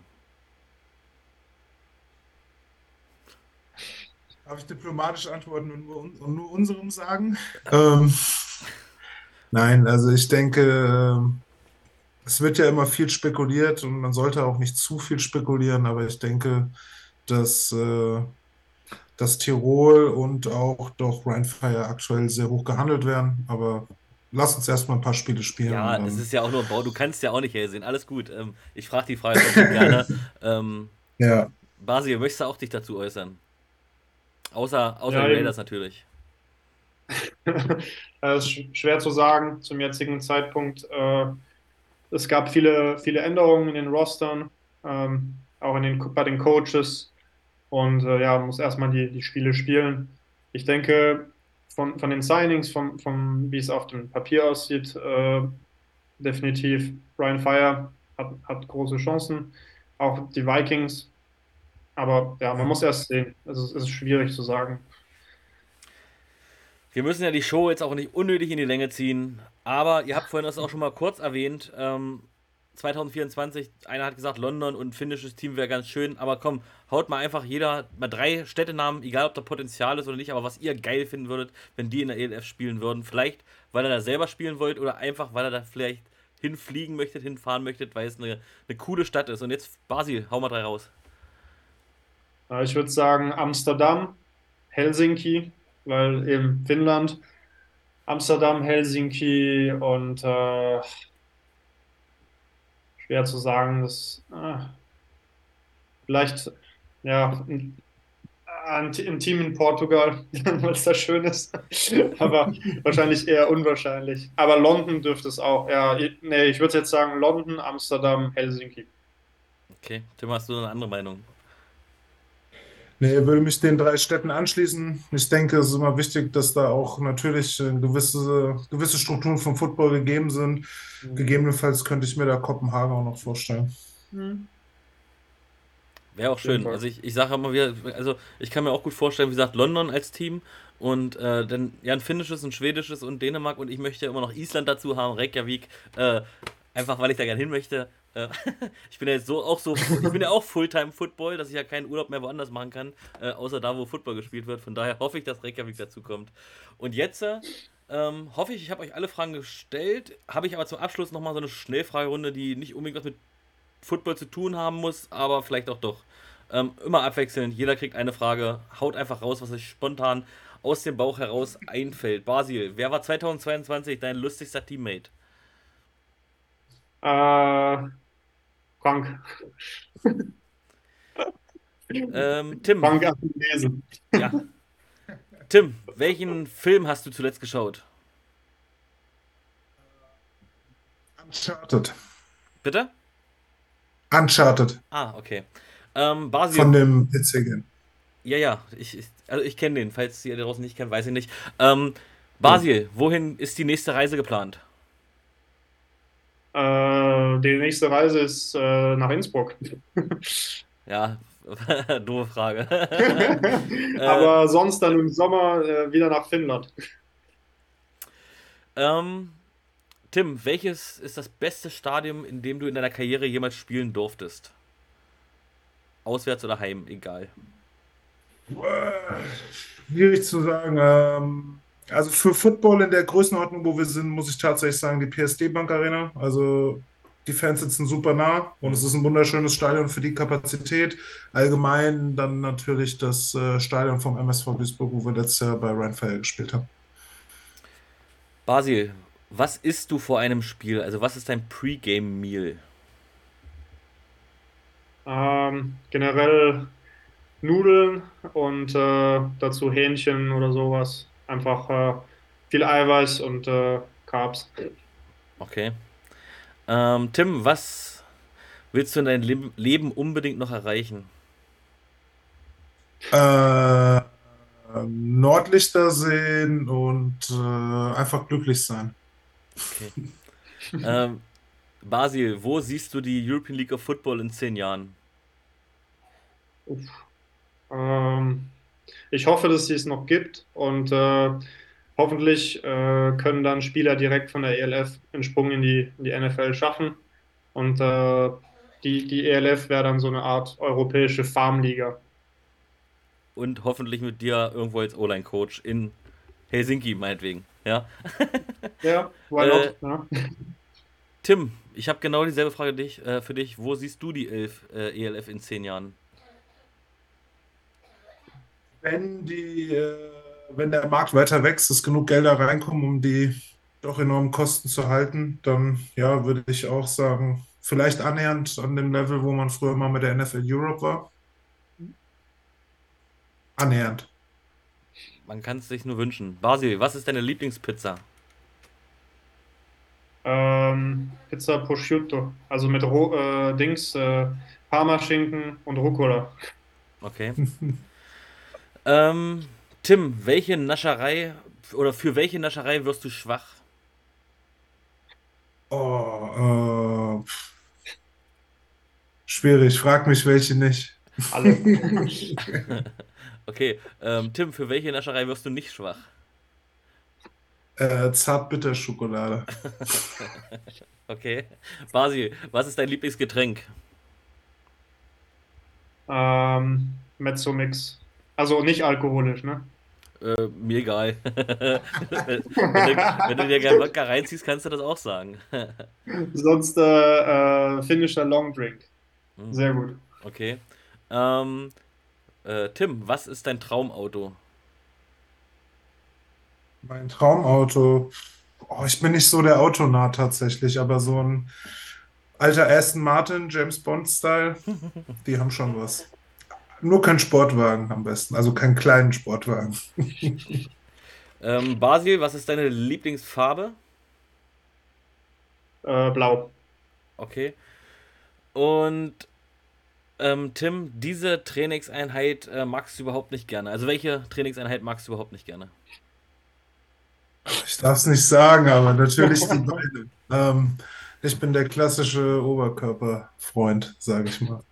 Darf ich diplomatisch antworten und nur unserem sagen? Ähm, nein, also ich denke, es wird ja immer viel spekuliert und man sollte auch nicht zu viel spekulieren, aber ich denke, dass, dass Tirol und auch doch Rheinfire aktuell sehr hoch gehandelt werden. Aber lass uns erstmal ein paar Spiele spielen und Ja, das dann. ist ja auch nur ein Bau. Du kannst ja auch nicht hellsehen. Alles gut. Ich frage die Frage trotzdem gerne. Ähm, Ja, Basil, möchtest du auch dich dazu äußern? Außer Ja, die Raiders eben. natürlich. Es ist schwer zu sagen zum jetzigen Zeitpunkt. Es gab viele Änderungen in den Rostern, auch bei den Coaches. Und ja, man muss erstmal die Spiele spielen. Ich denke, von den Signings, wie es auf dem Papier aussieht, definitiv Brian Fire hat große Chancen. Auch die Vikings. Aber ja, man ja. muss erst sehen. Es ist schwierig zu sagen. Wir müssen ja die Show jetzt auch nicht unnötig in die Länge ziehen. Aber ihr habt vorhin das auch schon mal kurz erwähnt. 2024, einer hat gesagt, London und finnisches Team wäre ganz schön. Aber komm, haut mal einfach jeder mal drei Städtenamen, egal ob da Potenzial ist oder nicht, aber was ihr geil finden würdet, wenn die in der ELF spielen würden. Vielleicht, weil ihr da selber spielen wollt oder einfach, weil ihr da vielleicht hinfliegen möchtet, hinfahren möchtet, weil es eine coole Stadt ist. Und jetzt, Basil, hau mal drei raus. Ich würde sagen Amsterdam, Helsinki, weil eben Finnland, Amsterdam, Helsinki und schwer zu sagen, vielleicht ja ein Team in Portugal, weil es da schön ist, aber wahrscheinlich eher unwahrscheinlich. Aber London dürfte es auch. Ja, nee, ich würde jetzt sagen London, Amsterdam, Helsinki. Okay, Tim, hast du eine andere Meinung? Nee, würde mich den drei Städten anschließen. Ich denke, es ist immer wichtig, dass da auch natürlich gewisse Strukturen vom Football gegeben sind. Gegebenenfalls könnte ich mir da Kopenhagen auch noch vorstellen. Mhm. Wäre auch Auf jeden schön. Fall. Also ich sage immer wieder, also ich kann mir auch gut vorstellen, wie gesagt, London als Team und dann ja ein finnisches, ein schwedisches und Dänemark und ich möchte ja immer noch Island dazu haben, Reykjavik, einfach weil ich da gerne hin möchte. Äh, ich bin ja jetzt ich bin ja auch Fulltime-Football, dass ich ja keinen Urlaub mehr woanders machen kann, außer da, wo Football gespielt wird. Von daher hoffe ich, dass Reykjavik dazu kommt. Und jetzt hoffe ich habe euch alle Fragen gestellt, habe ich aber zum Abschluss nochmal so eine Schnellfragerunde, die nicht unbedingt was mit Football zu tun haben muss, aber vielleicht auch doch. Immer abwechselnd, jeder kriegt eine Frage, haut einfach raus, was euch spontan aus dem Bauch heraus einfällt. Basil, wer war 2022 dein lustigster Teammate? Äh, Frank. Tim, Frank Agnese. ja. Tim, welchen Film hast du zuletzt geschaut? Uncharted. Bitte? Uncharted Ah, okay. von Basil, dem jetzigen. ja, ja, also ich kenne den, falls ihr da draußen nicht kennt, weiß ich nicht. Ja. Basil, wohin ist die nächste Reise geplant? Die nächste Reise ist nach Innsbruck. Ja, doofe Frage. äh, Aber sonst dann im Sommer wieder nach Finnland. ähm, Tim, welches ist das beste Stadion, in dem du in deiner Karriere jemals spielen durftest? Auswärts oder heim, egal. Schwierig zu sagen. Also für Football in der Größenordnung, wo wir sind, muss ich tatsächlich sagen, die PSD Bank Arena. Also Die Fans sitzen super nah und es ist ein wunderschönes Stadion für die Kapazität. Allgemein dann natürlich das Stadion vom MSV Duisburg, wo wir letztes Jahr bei Rhein-Fire gespielt haben. Basil, was isst du vor einem Spiel? Also was ist dein Pre-Game-Meal? Generell Nudeln und dazu Hähnchen oder sowas. Einfach viel Eiweiß und Carbs. Okay. Tim, was willst du in deinem Leben unbedingt noch erreichen? Äh, Nordlichter sehen und einfach glücklich sein. Okay. Ähm, Basil, wo siehst du die European League of Football in 10 Jahren? Uff. Ähm, Ich hoffe, dass es noch gibt und hoffentlich können dann Spieler direkt von der ELF einen Sprung in die NFL schaffen. Und die ELF wäre dann so eine Art europäische Farmliga. Und hoffentlich mit dir irgendwo als O-Line-Coach in Helsinki, meinetwegen. Ja. Ja, why Äh, not? Ja. Tim, ich habe genau dieselbe Frage für dich. Wo siehst du die ELF in 10 Jahren? Wenn wenn der Markt weiter wächst, es genug Gelder reinkommen, um die doch enormen Kosten zu halten, dann ja, würde ich auch sagen, vielleicht annähernd an dem Level, wo man früher mal mit der NFL Europe war. Annähernd. Man kann es sich nur wünschen. Basil, was ist deine Lieblingspizza? Pizza Prosciutto, also mit Parmaschinken und Rucola. Okay. Tim, welche Nascherei oder für welche Nascherei wirst du schwach? Oh, schwierig, frag mich welche nicht. Alle. Okay, Tim, für welche Nascherei wirst du nicht schwach? Zartbitterschokolade. Okay. Basil, was ist dein Lieblingsgetränk? Mezzo-Mix. Also nicht alkoholisch, ne? Mir egal. Wenn du dir gerne Wodka reinziehst, kannst du das auch sagen. Sonst finnischer Long Drink. Hm, Sehr gut. okay. Ähm, Tim, was ist dein Traumauto? Mein Traumauto. Oh, ich bin nicht so der Autonah tatsächlich, aber so ein alter Aston Martin, James Bond-Style, die haben schon was. Nur kein Sportwagen am besten, also keinen kleinen Sportwagen. Basil, was ist deine Lieblingsfarbe? Blau. Okay. Und Tim, diese Trainingseinheit magst du überhaupt nicht gerne. Also welche Trainingseinheit magst du überhaupt nicht gerne? Ich darf es nicht sagen, aber natürlich die Beine. Ich bin der klassische Oberkörperfreund, sage ich mal.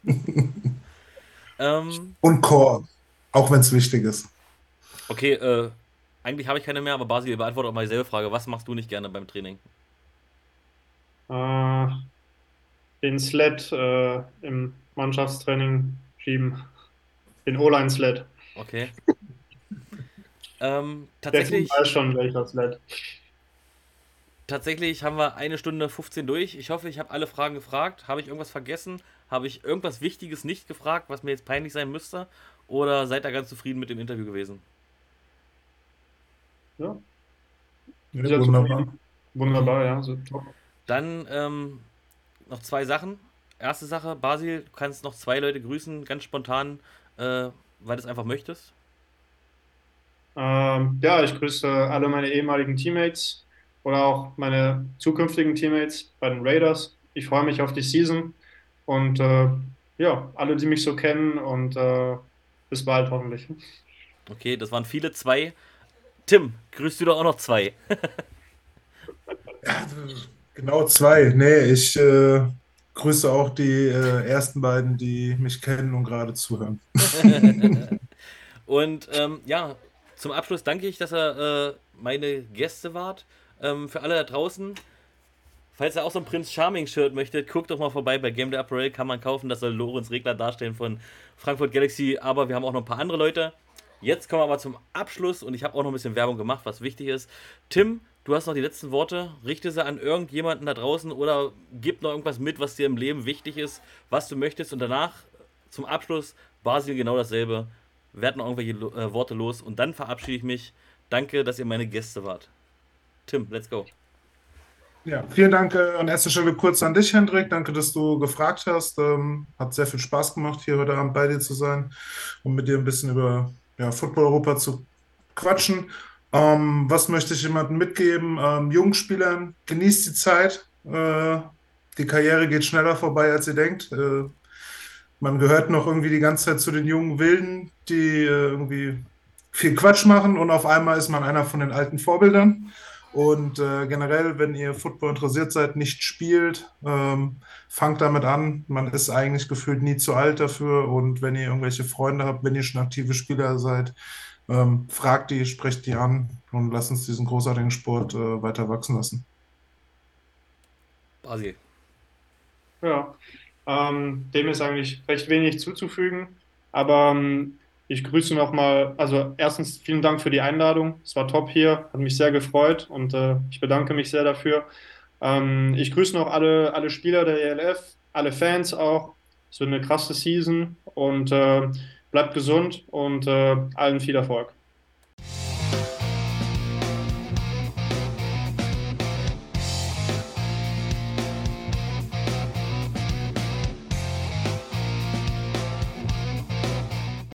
Ähm, Und Core, auch wenn es wichtig ist. okay, eigentlich habe ich keine mehr, aber Basil, beantworte auch mal dieselbe Frage. Was machst du nicht gerne beim Training? Äh, den Sled im Mannschaftstraining schieben. Den O-Line-Sled. Okay. Der Team weiß schon, welcher Sled. Tatsächlich haben wir 1 Stunde 15 durch. Ich hoffe, ich habe alle Fragen gefragt. Habe ich irgendwas vergessen? Habe ich irgendwas Wichtiges nicht gefragt, was mir jetzt peinlich sein müsste? Oder seid ihr ganz zufrieden mit dem Interview gewesen? Ja, Ja, sehr wunderbar. zufrieden. Wunderbar, ja. So, top. Dann noch zwei Sachen. Erste Sache, Basil, du kannst noch zwei Leute grüßen, ganz spontan, weil du es einfach möchtest. Ja, ich grüße alle meine ehemaligen Teammates oder auch meine zukünftigen Teammates bei den Raiders. Ich freue mich auf die Season und ja, alle, die mich so kennen und bis bald hoffentlich. Okay, das waren viele zwei. Tim, grüßt du doch auch noch zwei. Ja, genau zwei. Nee, ich grüße auch die ersten beiden, die mich kennen und gerade zuhören. Und ja, zum Abschluss danke ich, dass ihr meine Gäste wart. Für alle da draußen, falls ihr auch so ein Prinz Charming-Shirt möchtet, guckt doch mal vorbei bei Game Day Apparel, kann man kaufen. Das soll Lorenz Regler darstellen von Frankfurt Galaxy, aber wir haben auch noch ein paar andere Leute. Jetzt kommen wir aber zum Abschluss und ich habe auch noch ein bisschen Werbung gemacht, was wichtig ist. Tim, du hast noch die letzten Worte. Richte sie an irgendjemanden da draußen oder gib noch irgendwas mit, was dir im Leben wichtig ist, was du möchtest. Und danach, zum Abschluss, Basil genau dasselbe. Werd noch irgendwelche Worte los und dann verabschiede ich mich. Danke, dass ihr meine Gäste wart. Tim, let's go. Ja, vielen Dank an erster Stelle kurz an dich, Hendrik. Danke, dass du gefragt hast. Hat sehr viel Spaß gemacht, hier heute Abend bei dir zu sein und mit dir ein bisschen über ja, Football Europa zu quatschen. Was möchte ich jemandem mitgeben? Jungen Spielern, genießt die Zeit. Die Karriere geht schneller vorbei, als ihr denkt. Man gehört noch irgendwie die ganze Zeit zu den jungen Wilden, die irgendwie viel Quatsch machen und auf einmal ist man einer von den alten Vorbildern. Und generell, wenn ihr Football interessiert seid, nicht spielt, fangt damit an. Man ist eigentlich gefühlt nie zu alt dafür. Und wenn ihr irgendwelche Freunde habt, wenn ihr schon aktive Spieler seid, fragt die, sprecht die an und lasst uns diesen großartigen Sport weiter wachsen lassen. Basil. Ja, dem ist eigentlich recht wenig zuzufügen, aber ich grüße nochmal, also erstens vielen Dank für die Einladung, es war top hier, hat mich sehr gefreut und ich bedanke mich sehr dafür. Ich grüße noch alle Spieler der ELF, alle Fans auch, es wird eine krasse Season und bleibt gesund und allen viel Erfolg.